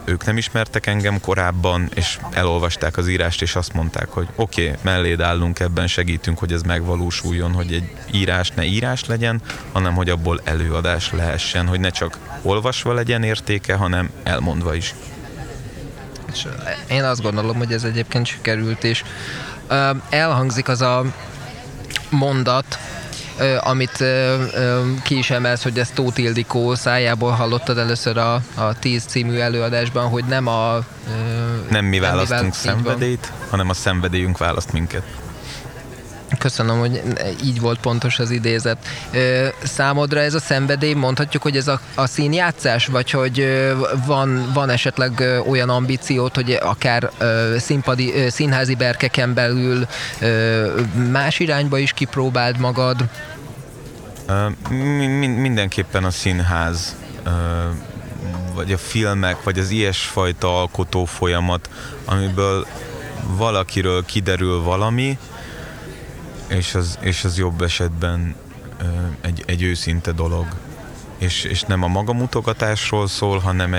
ők nem ismertek engem korábban, és elolvasták az írást, és azt mondták, hogy oké, melléd állunk ebben, segítünk, hogy ez megvalósuljon, hogy egy írás ne írás legyen, hanem hogy abból előadás lehessen, hogy ne csak olvasva legyen értéke, hanem elmondva is. És én azt gondolom, hogy ez egyébként sikerült, és elhangzik az a mondat, amit ki is emelsz, hogy ezt Tóth Ildikó szájából hallottad először a 10 című előadásban, hogy nem mi választunk szenvedélyt, hanem a szenvedélyünk választ minket. Köszönöm, hogy így volt pontos az idézet. Számodra ez a szenvedély, mondhatjuk, hogy ez a színjátszás, vagy hogy van esetleg olyan ambíciót, hogy akár színházi berkeken belül más irányba is kipróbáld magad? Mindenképpen a színház, vagy a filmek, vagy az ilyesfajta alkotó folyamat, amiből valakiről kiderül valami, és az jobb esetben egy őszinte dolog. És nem a magamutogatásról szól, hanem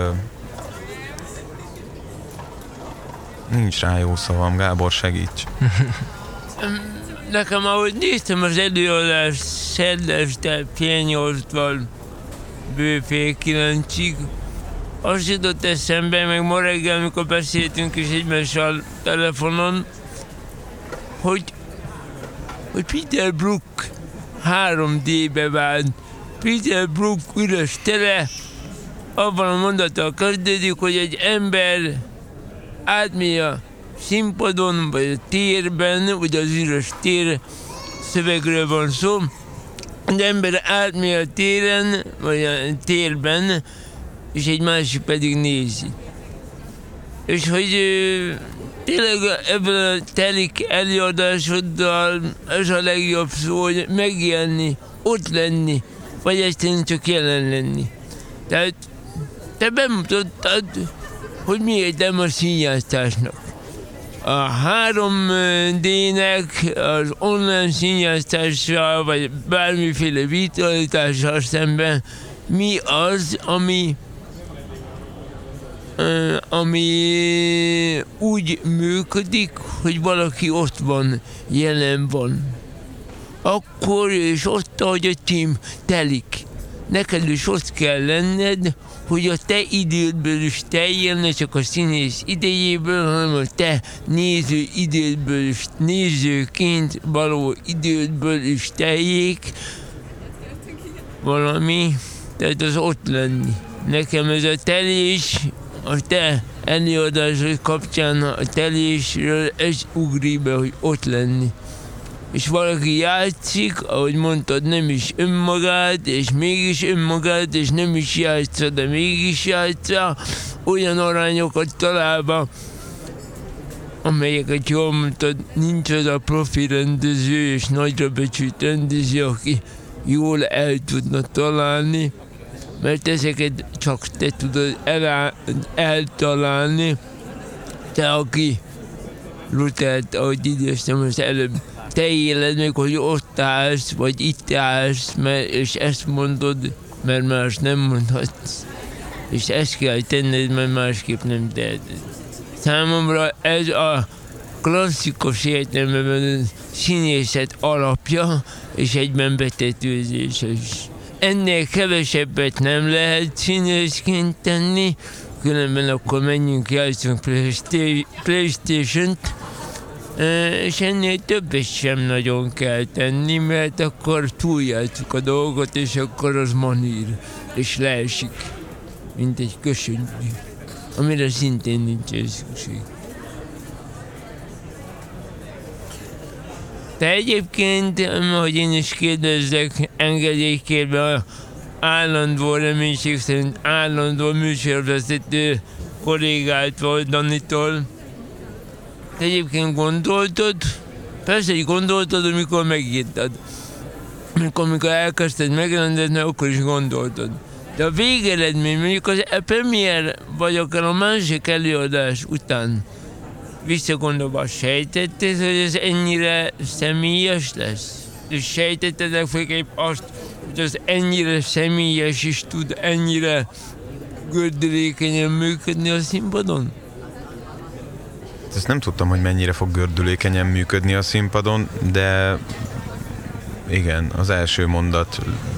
nincs rá jó szavam, Gábor, segíts! Nekem, ahogy néztem az előadást szerdeste fél 8-tól bő fél 9-ig, azt jutott eszembe, meg ma reggel, amikor beszéltünk is egymással telefonon, hogy Peter Brook 3D-be vált. Peter Brook üres tere, abban a mondattal kezdődik, hogy egy ember átmegy a színpadon, vagy a térben, ugye az üres tér szövegről van szó, az ember átmegy a téren, vagy a térben, és egy másik pedig nézi. És hogy tényleg ebben a telik előadásoddal ez a legjobb szó, hogy megélni, ott lenni, vagy egyszerűen csak jelen lenni. Tehát te bemutattad, hogy mi értelme a színjátszásnak. A 3D-nek az online színjátszással, vagy bármiféle vitalitással szemben mi az, ami úgy működik, hogy valaki ott van, jelen van. Akkor és ott, ahogy a tím telik. Neked is ott kell lenned, hogy a te idődből is teljél, ne csak a színész idejéből, hanem a te néző idődből is, nézőként való idődből is teljék valami, tehát az ott lenni. Nekem ez a telés, a te előadásod kapcsán a telésről ez ugrik be, hogy ott lenni. És valaki játszik, ahogy mondtad, nem is önmagát, és mégis önmagát, és nem is játsza, de mégis játsza, olyan arányokat találva, amelyeket jól mondtad, nincs az a profi rendező és nagyra becsült rendező, aki jól el tudna találni, mert ezeket csak te tudod eltalálni, te, aki Lutert, ahogy idéztem az előbb, te éled meg, hogy ott állsz, vagy itt állsz, és ezt mondod, mert más nem mondhatsz. És ezt kell tenned, mert másképp nem teheted. Számomra ez a klasszikus értelemben színészet alapja, és egyben betetőzés is. Ennél kevesebbet nem lehet színészként tenni, különben akkor menjünk, játszunk PlayStation-t, és ennél többet sem nagyon kell tenni, mert akkor túljátszuk a dolgot, és akkor az manír, és leesik, mint egy kösöny, amire szintén nincs szükség. De egyébként, ahogy én is kérdezzek, engedélykérve állandó, reménység szerint állandó műsorvezető kollégát volt Danitól. Te egyébként gondoltad, persze, hogy gondoltad, amikor megírtad. Amikor elkezdted megrendezni, akkor is gondoltad. De a végeredmény, mondjuk a premier, vagy akár a másik előadás után visszagondolva sejtetted, hogy ez ennyire személyes lesz? És sejtetted legfőképp azt, hogy az ennyire személyes is tud ennyire gördülékenyen működni a színpadon? Ezt nem tudtam, hogy mennyire fog gördülékenyen működni a színpadon, de igen, az első mondat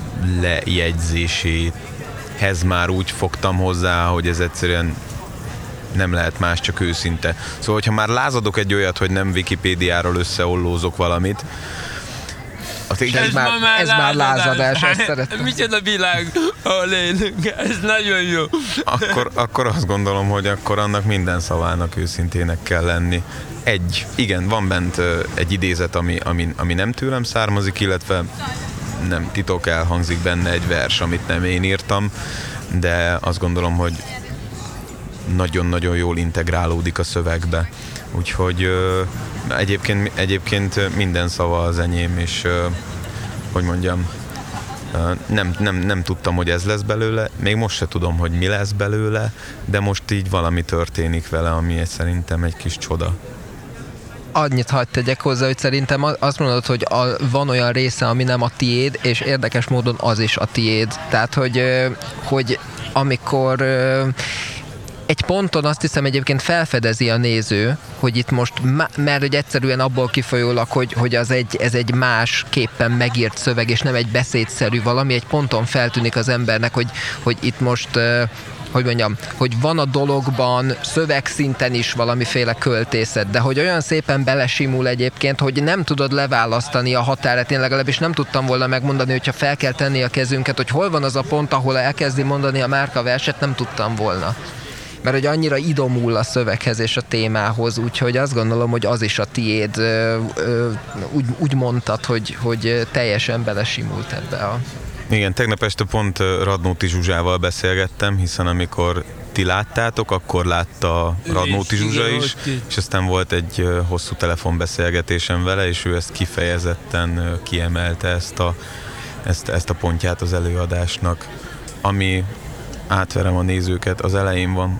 lejegyzéséhez már úgy fogtam hozzá, hogy ez egyszerűen nem lehet más, csak őszinte. Szóval, hogyha már lázadok egy olyat, hogy nem Wikipédiáról összeollózok valamit, ez már lázadás, ezt szeretem. Micsoda világ, ahol élünk, ez nagyon jó. Akkor azt gondolom, hogy akkor annak minden szavának őszintének kell lenni. Igen, van bent egy idézet, ami nem tőlem származik, illetve nem titok, elhangzik benne egy vers, amit nem én írtam, de azt gondolom, hogy nagyon-nagyon jól integrálódik a szövegbe. Úgyhogy egyébként minden szava az enyém, és hogy mondjam, nem tudtam, hogy ez lesz belőle, még most se tudom, hogy mi lesz belőle, de most így valami történik vele, ami szerintem egy kis csoda. Annyit hadd tegyek hozzá, hogy szerintem azt mondod, hogy van olyan része, ami nem a tiéd, és érdekes módon az is a tiéd. Tehát, hogy amikor egy ponton azt hiszem egyébként felfedezi a néző, hogy itt most, mert hogy egyszerűen abból kifolyólag, hogy ez egy másképpen megírt szöveg, és nem egy beszédszerű valami, egy ponton feltűnik az embernek, hogy itt most, hogy mondjam, hogy van a dologban szövegszinten is valamiféle költészet, de hogy olyan szépen belesimul egyébként, hogy nem tudod leválasztani a határát. Én legalábbis nem tudtam volna megmondani, hogyha fel kell tenni a kezünket, hogy hol van az a pont, ahol elkezdi mondani a Márka verset, nem tudtam volna. Mert hogy annyira idomul a szöveghez és a témához, úgyhogy azt gondolom, hogy az is a tiéd, úgy mondtad, hogy teljesen belesimult ebbe a... Igen, tegnap este pont Radnóti Zsuzsával beszélgettem, hiszen amikor ti láttátok, akkor látta Radnóti Zsuzsa is, és aztán volt egy hosszú telefonbeszélgetésem vele, és ő ezt kifejezetten kiemelte ezt a pontját az előadásnak, ami átverem a nézőket, az elején van.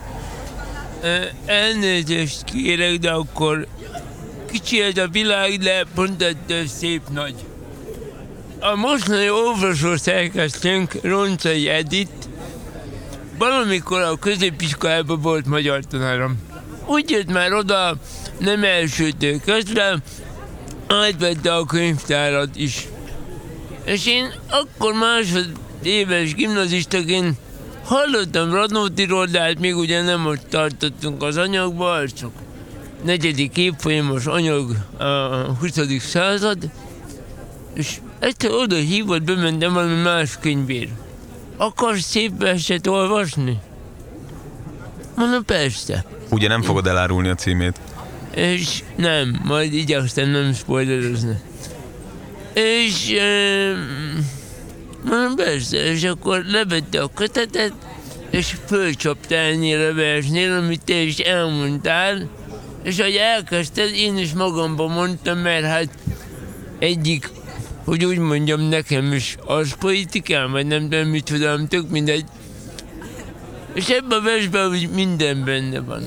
Elnézést kérek, de akkor kicsi ez a világ, de pont ettől szép nagy. A mostani olvasó szerkesztőnk, Roncai Edith, valamikor a középiskolában volt magyar tanárom. Úgy jött már oda, nem elsőtől kezdve, átvette a könyvtárat is. És én akkor másodéves gimnazistaként hallottam Radnótiról, de hát még ugye nem ott tartottunk az anyagba, csak 4. évfolyamos anyag a 20. század, és egyszer oda hívott, bementem valami más könyvér. Akarsz szép verset olvasni? Mondom, persze. Ugye nem fogod elárulni a címét? És nem, majd igyekszem nem spoilerezni. És mondom, persze, és akkor levette a kötetet, és fölcsapta ennél a versnél, amit te is elmondtál, és ahogy elkezdted, én is magamba mondtam, mert hát egyik, hogy úgy mondjam, nekem is az politikám, vagy nem tudom, mit tudom, tök mindegy. És ebben a versben úgy minden benne van.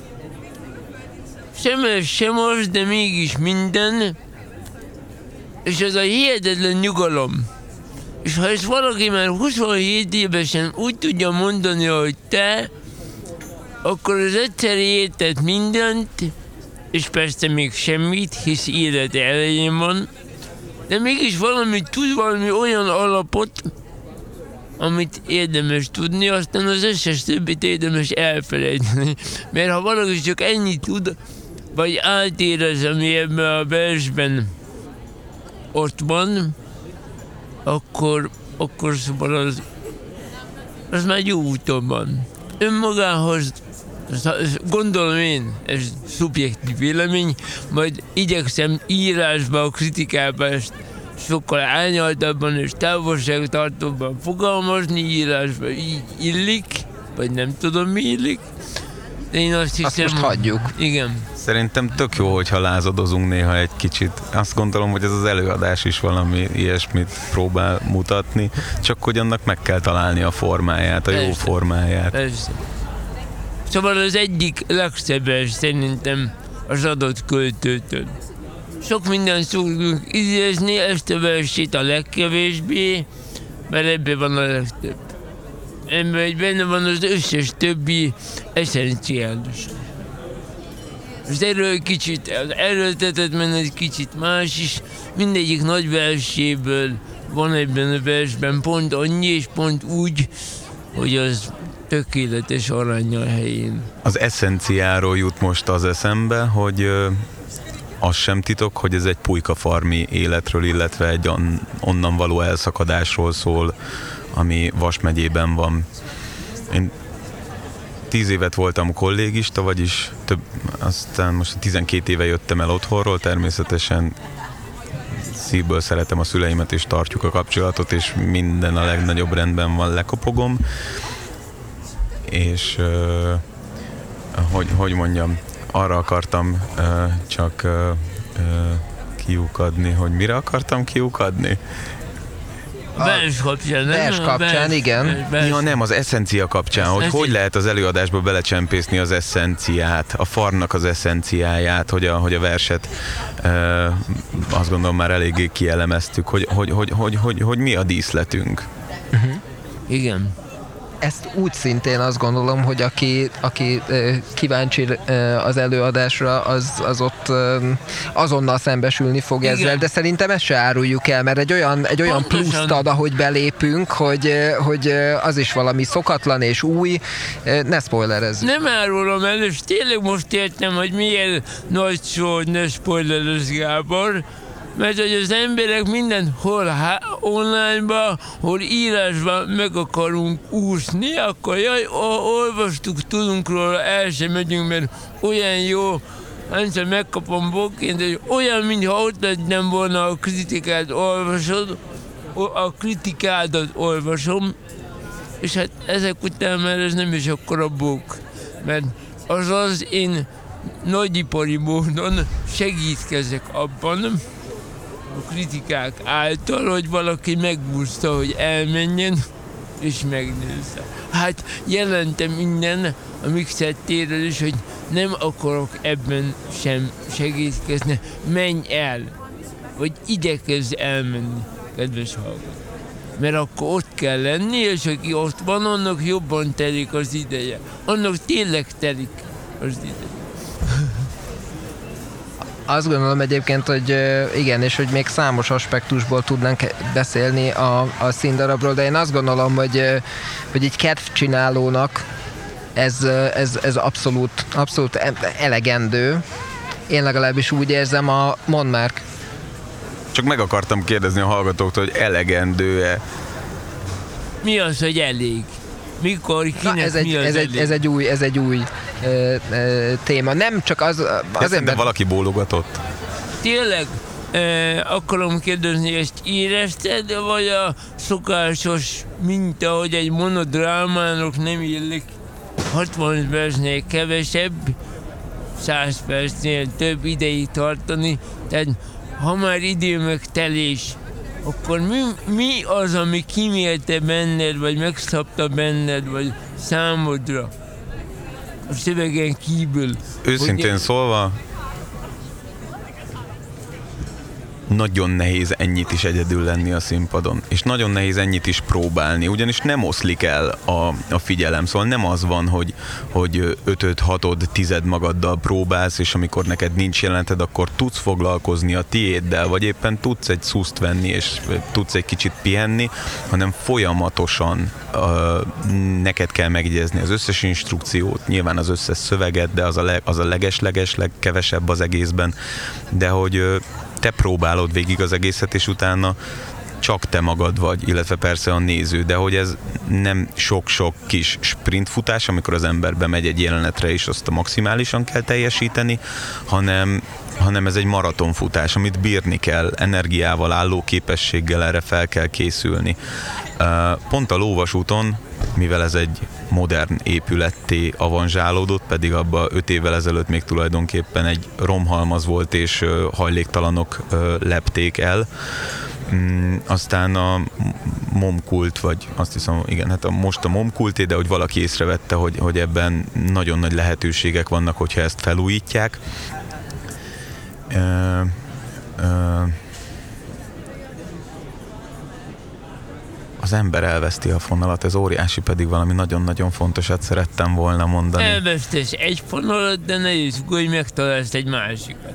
Sem ez, sem az, de mégis minden, és ez a hihetetlen nyugalom. És ha ezt valaki már 27 évesen úgy tudja mondani, hogy te, akkor az egyszer értett mindent, és persze még semmit, hisz élete elején van, de mégis valamit tud, valami olyan alapot, amit érdemes tudni, aztán az összes többit érdemes elfelejteni. Mert ha valaki csak ennyit tud, vagy átérez, ami ebben a versben ott van, akkor szóval az már jó úton van. Önmagához, gondolom én, ez szubjektív vélemény, majd igyekszem írásba, a kritikába ezt sokkal árnyaltabban és távolságtartóbban fogalmazni, írásba így illik, vagy nem tudom mi illik. De én azt hiszem... Azt most hagyjuk. Igen. Szerintem tök jó, hogyha lázadozunk néha egy kicsit. Azt gondolom, hogy ez az előadás is valami ilyesmit próbál mutatni, csak hogy annak meg kell találni a formáját, a jó formáját. Persze. Szóval az egyik legszebb vers szerintem az adott költőtől. Sok mindent szoktunk idézni, ezt a versét a legkevésbé, mert ebben van a legtöbb. ebben benne van az összes többi eszenciális. Most erről kicsit, az erőltetett menet kicsit más is, mindegyik nagy verséből van ebben a versben pont annyi és pont úgy, hogy az tökéletes aranya helyén. Az eszenciáról jut most az eszembe, hogy az sem titok, hogy ez egy pulykafarmi életről, illetve egy onnan való elszakadásról szól, ami Vas megyében van. Én 10 évet voltam kollégista, vagyis aztán most 12 éve jöttem el otthonról, természetesen szívből szeretem a szüleimet, és tartjuk a kapcsolatot, és minden a legnagyobb rendben van, lekopogom. És hogy mondjam, arra akartam csak kiukadni, hogy mire akartam kiukadni? Vers kapcsán, nem? Vers kapcsán, igen. Ja, nem, az eszencia kapcsán, hogy lehet az előadásba belecsempészni az eszenciát, a farnak az eszenciáját, hogy a verset azt gondolom már eléggé kielemeztük, hogy mi a díszletünk. Igen. Ezt úgy szintén azt gondolom, hogy aki kíváncsi az előadásra, az ott azonnal szembesülni fog Igen. ezzel, de szerintem ezt se áruljuk el, mert egy olyan pluszt ad, ahogy belépünk, hogy az is valami szokatlan és új, ne spoilerezz. Nem árulom el, és tényleg most értem, hogy milyen nagy szó, hogy ne spoilerezz, Gábor, mert hogy az emberek minden hol online-ba, hol írásban meg akarunk úszni, akkor jaj, olvastuk, tudunk róla, el sem megyünk, mert olyan jó, egyszer megkapom bokként, hogy olyan, mintha ott lettem volna a kritikát olvasod, a kritikádat olvasom, és hát ezek után már ez nem is akkora bók, mert azaz én nagyipari módon segítkezek abban, a kritikák által, hogy valaki megúszta, hogy elmenjen és megnézze. Hát jelentem innen a Mixed téről is, hogy nem akarok ebben sem segítkezni. Menj el, vagy igyekezz elmenni, kedves hallgató. Mert akkor ott kell lenni, és aki ott van, annak jobban telik az ideje. Annak tényleg telik az ideje. Azt gondolom egyébként, hogy igen, és hogy még számos aspektusból tudnánk beszélni a színdarabról, de én azt gondolom, hogy egy kedvcsinálónak ez abszolút elegendő. Én legalábbis úgy érzem, mondd már. Csak meg akartam kérdezni a hallgatóktól, hogy elegendő-e? Mi az, hogy elég? Mikor, kinek mi az elég? Ez egy új téma. Nem csak az... Szerintem valaki bólogatott. Tényleg akarom kérdezni, ezt érezted, vagy a szokásos minta, hogy egy monodrámának nem illik 60 percnél kevesebb, 100 percnél több ideig tartani, tehát ha már időmegtelés, akkor mi az, ami kimérte benned, vagy megszabta benned, vagy számodra a szövegen kívül? Őszintén szólva, nagyon nehéz ennyit is egyedül lenni a színpadon, és nagyon nehéz ennyit is próbálni, ugyanis nem oszlik el a figyelem, szóval nem az van, hogy 5-6-od, 10 magaddal próbálsz, és amikor neked nincs jeleneted, akkor tudsz foglalkozni a tiéddel, vagy éppen tudsz egy szuszt venni, és tudsz egy kicsit pihenni, hanem folyamatosan neked kell megjegyezni az összes instrukciót, nyilván az összes szöveget, de az a leges legkevesebb az egészben, de hogy te próbálod végig az egészet, és utána csak te magad vagy, illetve persze a néző, de hogy ez nem sok-sok kis sprintfutás, amikor az ember bemegy egy jelenetre, és azt maximálisan kell teljesíteni, hanem ez egy maratonfutás, amit bírni kell, energiával, állóképességgel, erre fel kell készülni. Pont a Lóvasúton, mivel ez egy modern épületté avanzsálódott, pedig abban 5 évvel ezelőtt még tulajdonképpen egy romhalmaz volt, és hajléktalanok lepték el. Aztán a Momkult, vagy azt hiszem, igen, hát most a Momkulté, de hogy valaki észrevette, hogy ebben nagyon nagy lehetőségek vannak, hogyha ezt felújítják. az ember elveszti a fonalat, ez óriási, pedig valami nagyon-nagyon fontosat szerettem volna mondani. Elvesztesz egy fonalat, de ne izgulj, hogy megtalálsz egy másikat.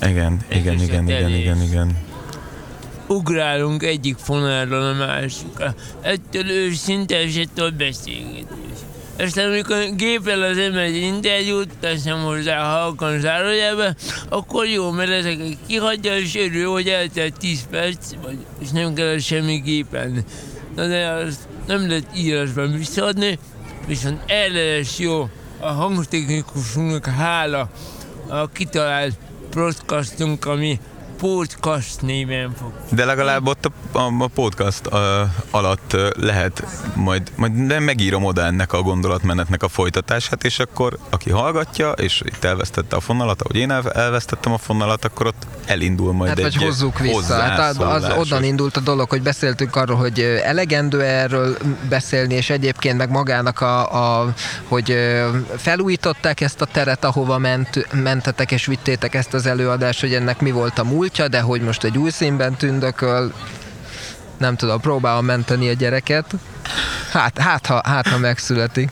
Igen. Ugrálunk egyik fonalról a másikra. Ettől őszinte se tud beszélgetni. Aztán amikor gépel az ember egy interjút, teszem hozzá halkan zárójelbe, akkor jó, mert ezeket kihagyja, és örül, hogy eltelt 10 perc, és nem kell semmi gépelni. Na de azt nem lehet írásban visszaadni, viszont erre lesz jó a hangtechnikusunknak hála a kitalált podcastunk, ami podcast néven fog. De legalább ott a podcast alatt lehet majd nem megírom oda ennek a gondolatmenetnek a folytatását, és akkor aki hallgatja, és itt elvesztette a fonalat, ahogy én elvesztettem a fonalat, akkor ott elindul majd hát, egy vagy hozzuk vissza. Hát az onnan indult a dolog, hogy beszéltünk arról, hogy elegendő erről beszélni, és egyébként meg magának hogy felújították ezt a teret, ahova mentetek és vittétek ezt az előadást, hogy ennek mi volt a múltja, de hogy most egy új színben tündököl, nem tudom, próbálom menteni a gyereket. Hát ha megszületik.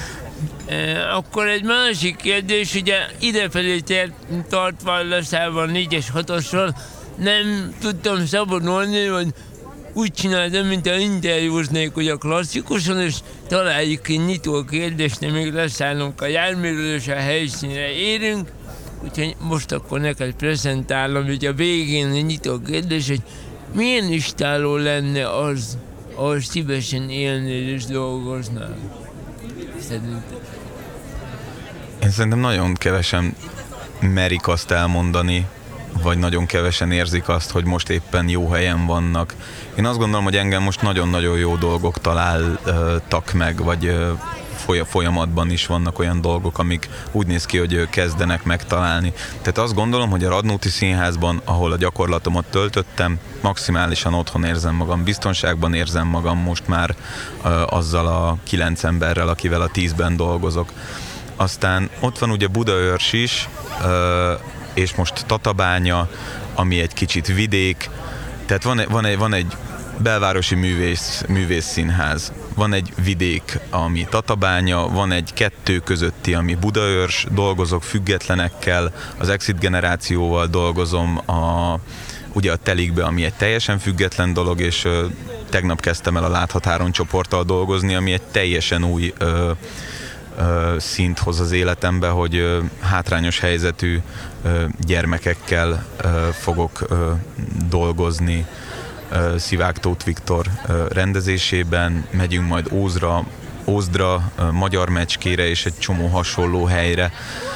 Akkor egy másik kérdés, ugye idefelé tartva leszállva 4-es 6-osról, nem tudtam szabadulni, hogy úgy csináltam, mint a interjúznék ugye a klasszikuson, és találjuk egy nyitó kérdést, de még leszállunk a járműről, és a helyszínre érünk. Úgyhogy most akkor neked prezentálom, hogy a végén egy nyitó kérdés, hogy milyen istáló lenne az, ahol szívesen élnél és dolgoznál? Szerintem. Én szerintem nagyon kevesen merik azt elmondani, vagy nagyon kevesen érzik azt, hogy most éppen jó helyen vannak. Én azt gondolom, hogy engem most nagyon-nagyon jó dolgok találtak meg, vagy folyamatban is vannak olyan dolgok, amik úgy néz ki, hogy kezdenek megtalálni. Tehát azt gondolom, hogy a Radnóti Színházban, ahol a gyakorlatomat töltöttem, maximálisan otthon érzem magam, biztonságban érzem magam most már azzal a 9 emberrel, akivel a 10-ben dolgozok. Aztán ott van ugye Budaörs is, és most Tatabánya, ami egy kicsit vidék, tehát van egy belvárosi művészszínház, van egy vidék, ami Tatabánya, van egy kettő közötti, ami Budaörs, dolgozok függetlenekkel, az Exit generációval dolgozom, ugye a Telikbe, ami egy teljesen független dolog, és tegnap kezdtem el a Láthatáron csoporttal dolgozni, ami egy teljesen új szint hoz az életembe, hogy hátrányos helyzetű gyermekekkel fogok dolgozni, Szivák Tóth Viktor rendezésében, megyünk majd Ózdra, Magyar Mecskére és egy csomó hasonló helyre,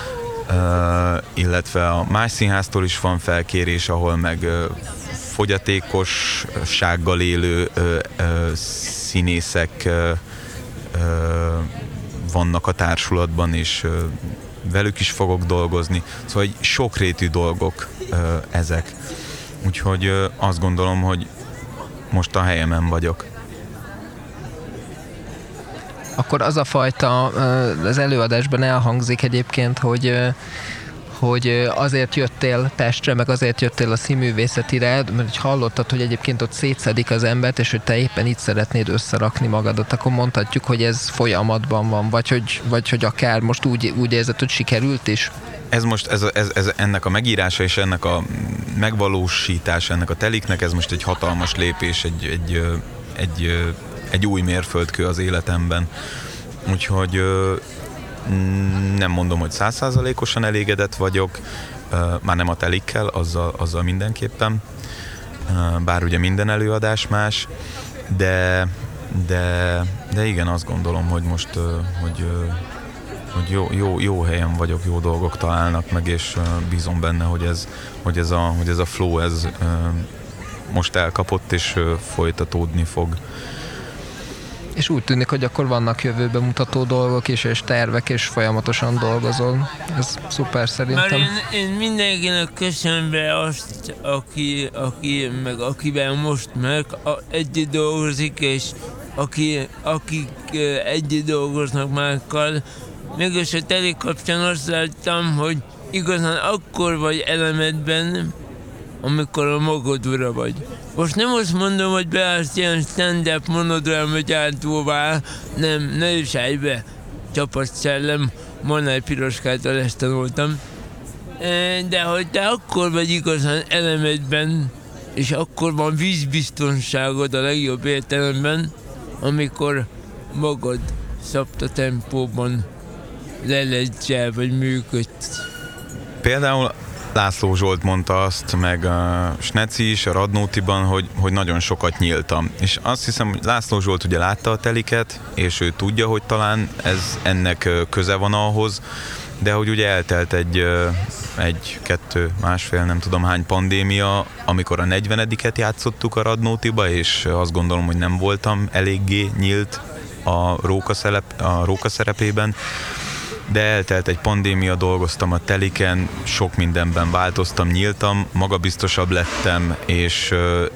illetve a más színháztól is van felkérés, ahol meg fogyatékossággal élő színészek vannak a társulatban, és velük is fogok dolgozni. Szóval sokrétű dolgok ezek. Úgyhogy azt gondolom, hogy most a helyemen vagyok. Akkor az a fajta, az előadásban elhangzik egyébként, hogy azért jöttél Pestre, meg azért jöttél a színművészetire, mert hallottad, hogy egyébként ott szétszedik az embert, és hogy te éppen itt szeretnéd összerakni magadat, akkor mondhatjuk, hogy ez folyamatban van, vagy hogy akár most úgy érzed, hogy sikerült is? Ez most, ez ennek a megírása és ennek a megvalósítása, ennek a Teliknek, ez most egy hatalmas lépés, egy új mérföldkő az életemben. Úgyhogy nem mondom, hogy 100%-osan elégedett vagyok, már nem a Telikkel, azzal mindenképpen, bár ugye minden előadás más, de igen, azt gondolom, hogy most hogy jó helyen vagyok, jó dolgok találnak meg, és bízom benne, hogy ez a flow ez most elkapott, és folytatódni fog. És úgy tűnik, hogy akkor vannak jövőbe mutató dolgok is, és tervek, és folyamatosan dolgozol. Ez szuper szerintem. Már én mindenkinek köszönöm be azt, akivel most együtt dolgozik, és akik együtt dolgoznak mákkal. Mégis a Telik kapcsán azt láttam, hogy igazán akkor vagy elemedben, amikor a magad ura vagy. Most nem azt mondom, hogy beállsz ilyen stand-up monodráma gyártóvá, nem, ne is állj be. Csapatszellem, Manár Piroskától ezt tanultam. De hogy te akkor vagy igazán elemedben, és akkor van vízbiztonságod a legjobb értelemben, amikor magad szabta tempóban leledzel, vagy működsz. Például László Zsolt mondta azt, meg a Sneci is a Radnótiban, hogy nagyon sokat nyíltam. És azt hiszem, hogy László Zsolt ugye látta a teliket, és ő tudja, hogy talán ez ennek köze van ahhoz, de hogy ugye eltelt egy, kettő, másfél, nem tudom hány pandémia, amikor a 40-et játszottuk a Radnótiba, és azt gondolom, hogy nem voltam eléggé nyílt a róka szerepében, de eltelt egy pandémia, dolgoztam a teliken, sok mindenben változtam, nyíltam, magabiztosabb lettem, és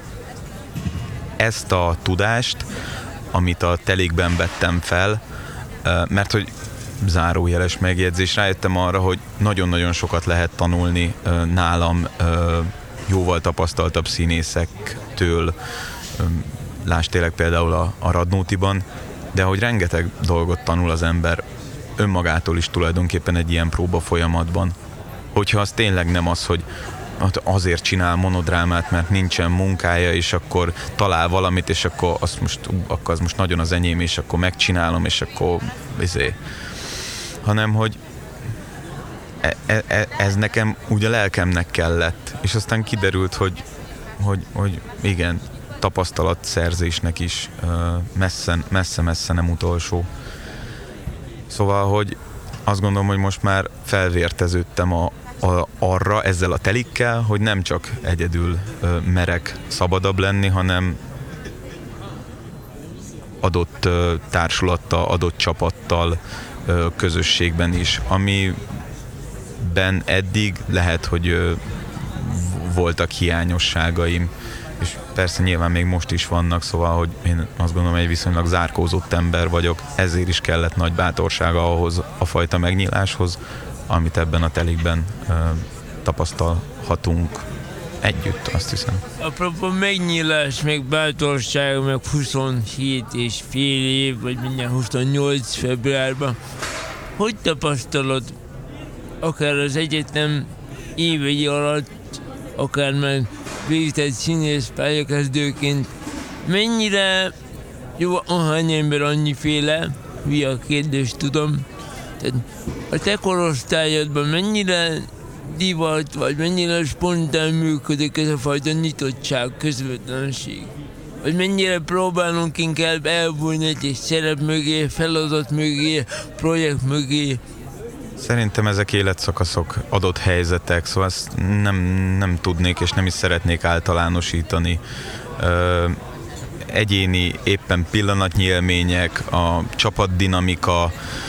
ezt a tudást, amit a telikben vettem fel, mert hogy zárójeles megjegyzés, rájöttem arra, hogy nagyon-nagyon sokat lehet tanulni nálam jóval tapasztaltabb színészektől, lásd tényleg például a Radnótiban, de hogy rengeteg dolgot tanul az ember önmagától is tulajdonképpen egy ilyen próba folyamatban. Hogyha az tényleg nem az, hogy azért csinál monodrámát, mert nincsen munkája, és akkor talál valamit, és akkor az most nagyon az enyém, és akkor megcsinálom, és akkor hanem, hogy ez nekem úgy a lelkemnek kellett, és aztán kiderült, hogy igen, tapasztalatszerzésnek is messze-messze nem utolsó. Szóval, hogy azt gondolom, hogy most már felvérteződtem arra ezzel a telikkel, hogy nem csak egyedül merek szabadabb lenni, hanem adott társulattal, adott csapattal, közösségben is, amiben eddig lehet, hogy voltak hiányosságaim, és persze nyilván még most is vannak, szóval, hogy én azt gondolom, egy viszonylag zárkózott ember vagyok, ezért is kellett nagy bátorsága ahhoz a fajta megnyíláshoz, amit ebben a telikben tapasztalhatunk együtt, azt hiszem. Apropó megnyílás, meg bátorság, meg 27 és fél év, vagy mindjárt 28 februárban, hogy tapasztalod akár az egyetem évei alatt, akár meg végzett színész pályakezdőként, mennyire jó, ahány ember annyiféle, mi a kérdés, tudom. Tehát a te korosztályodban mennyire divat, vagy mennyire spontán működik ez a fajta nyitottság, közvetlenség? Vagy mennyire próbálunk inkább elbújni egy szerep mögé, feladat mögé, projekt mögé? Szerintem ezek életszakaszok, adott helyzetek, szóval ezt nem tudnék és nem is szeretnék általánosítani. Egyéni, éppen pillanatnyi élmények, a csapatdinamika,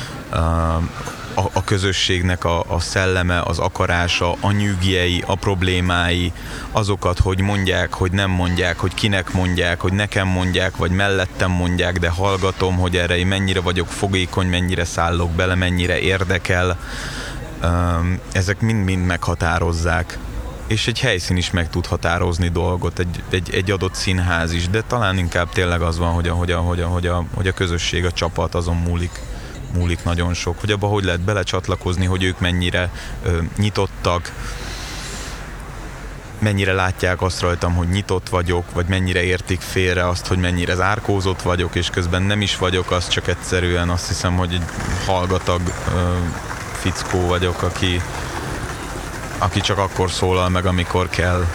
a közösségnek a szelleme, az akarása, a nyűgjei, a problémái, azokat, hogy mondják, hogy nem mondják, hogy kinek mondják, hogy nekem mondják, vagy mellettem mondják, de hallgatom, hogy erre én mennyire vagyok fogékony, mennyire szállok bele, mennyire érdekel. Ezek mind-mind meghatározzák. És egy helyszín is meg tud határozni dolgot, egy adott színház is, de talán inkább tényleg az van, hogy a közösség, a csapat azon múlik nagyon sok, hogy abba hogy lehet belecsatlakozni, hogy ők mennyire nyitottak, mennyire látják azt rajtam, hogy nyitott vagyok, vagy mennyire értik félre azt, hogy mennyire zárkózott vagyok, és közben nem is vagyok, az csak egyszerűen azt hiszem, hogy egy hallgatag fickó vagyok, aki csak akkor szólal meg, amikor kell.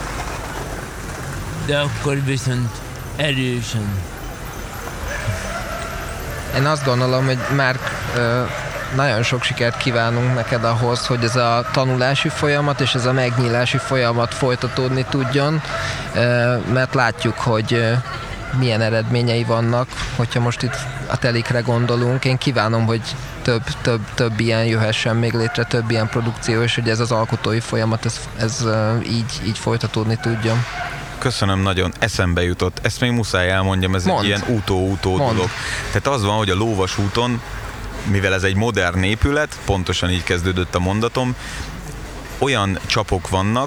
De akkor viszont erősen. Én azt gondolom, hogy már nagyon sok sikert kívánunk neked ahhoz, hogy ez a tanulási folyamat és ez a megnyílási folyamat folytatódni tudjon, mert látjuk, hogy milyen eredményei vannak, hogyha most itt a telikre gondolunk. Én kívánom, hogy több ilyen jöhessen még létre, több ilyen produkció, és hogy ez az alkotói folyamat ez így folytatódni tudjon. Köszönöm nagyon, eszembe jutott, ezt még muszáj elmondjam, ez egy ilyen utó dolog. Tehát az van, hogy a Lóvas úton, mivel ez egy modern épület, pontosan így kezdődött a mondatom, olyan csapok vannak,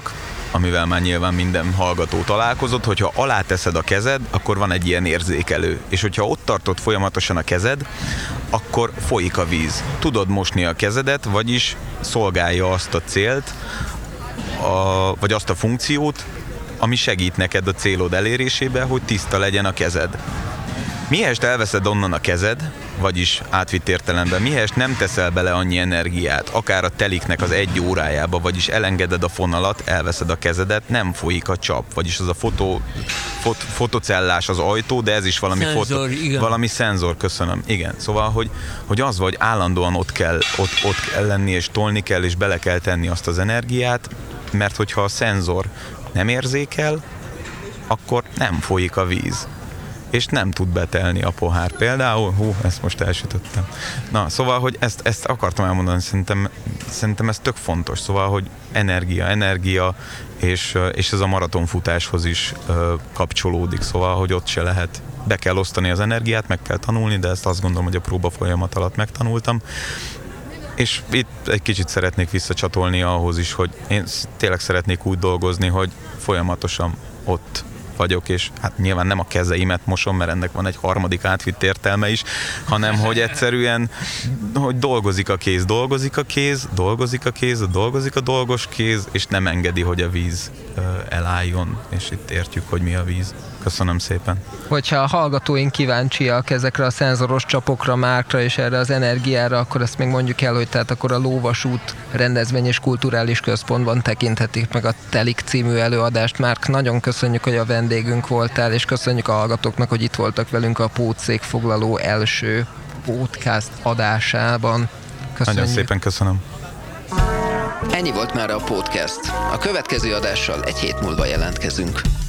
amivel már nyilván minden hallgató találkozott, hogyha alá teszed a kezed, akkor van egy ilyen érzékelő. És hogyha ott tartod folyamatosan a kezed, akkor folyik a víz. Tudod mosni a kezedet, vagyis szolgálja azt a célt, vagy azt a funkciót, ami segít neked a célod elérésébe, hogy tiszta legyen a kezed. Mihelyest elveszed onnan a kezed, vagyis átvitt értelemben, mihelyest nem teszel bele annyi energiát, akár a teliknek az 1 órájába, vagyis elengeded a fonalat, elveszed a kezedet, nem folyik a csap, vagyis az a fotocellás az ajtó, de ez is valami valami szenzor, köszönöm. Igen, szóval, hogy az vagy állandóan ott kell lenni, és tolni kell, és bele kell tenni azt az energiát, mert hogyha a szenzor nem érzékel, akkor nem folyik a víz. És nem tud betelni a pohár. Például, ezt most elsütöttem. Na, szóval, hogy ezt akartam elmondani, szerintem ez tök fontos. Szóval, hogy energia, és ez a maratonfutáshoz is kapcsolódik. Szóval, hogy ott se lehet. Be kell osztani az energiát, meg kell tanulni, de ezt azt gondolom, hogy a próba folyamat alatt megtanultam. És itt egy kicsit szeretnék visszacsatolni ahhoz is, hogy én tényleg szeretnék úgy dolgozni, hogy folyamatosan ott vagyok, és hát nyilván nem a kezeimet mosom, mert ennek van egy harmadik átvitt értelme is, hanem hogy egyszerűen, hogy dolgozik a dolgos kéz, és nem engedi, hogy a víz elálljon, és itt értjük, hogy mi a víz. Köszönöm szépen. Hogyha a hallgatóink kíváncsiak ezekre a szenzoros csapokra, márkra és erre az energiára, akkor ezt még mondjuk el, hogy tehát akkor a Lóvasút rendezvény és kulturális központban tekinthetik meg a Telik című előadást. Márk, nagyon köszönjük, hogy a vendégünk voltál, és köszönjük a hallgatóknak, hogy itt voltak velünk a Pótszékfoglaló első podcast adásában. Köszönjük. Nagyon szépen köszönöm. Ennyi volt már a podcast. A következő adással egy hét múlva jelentkezünk.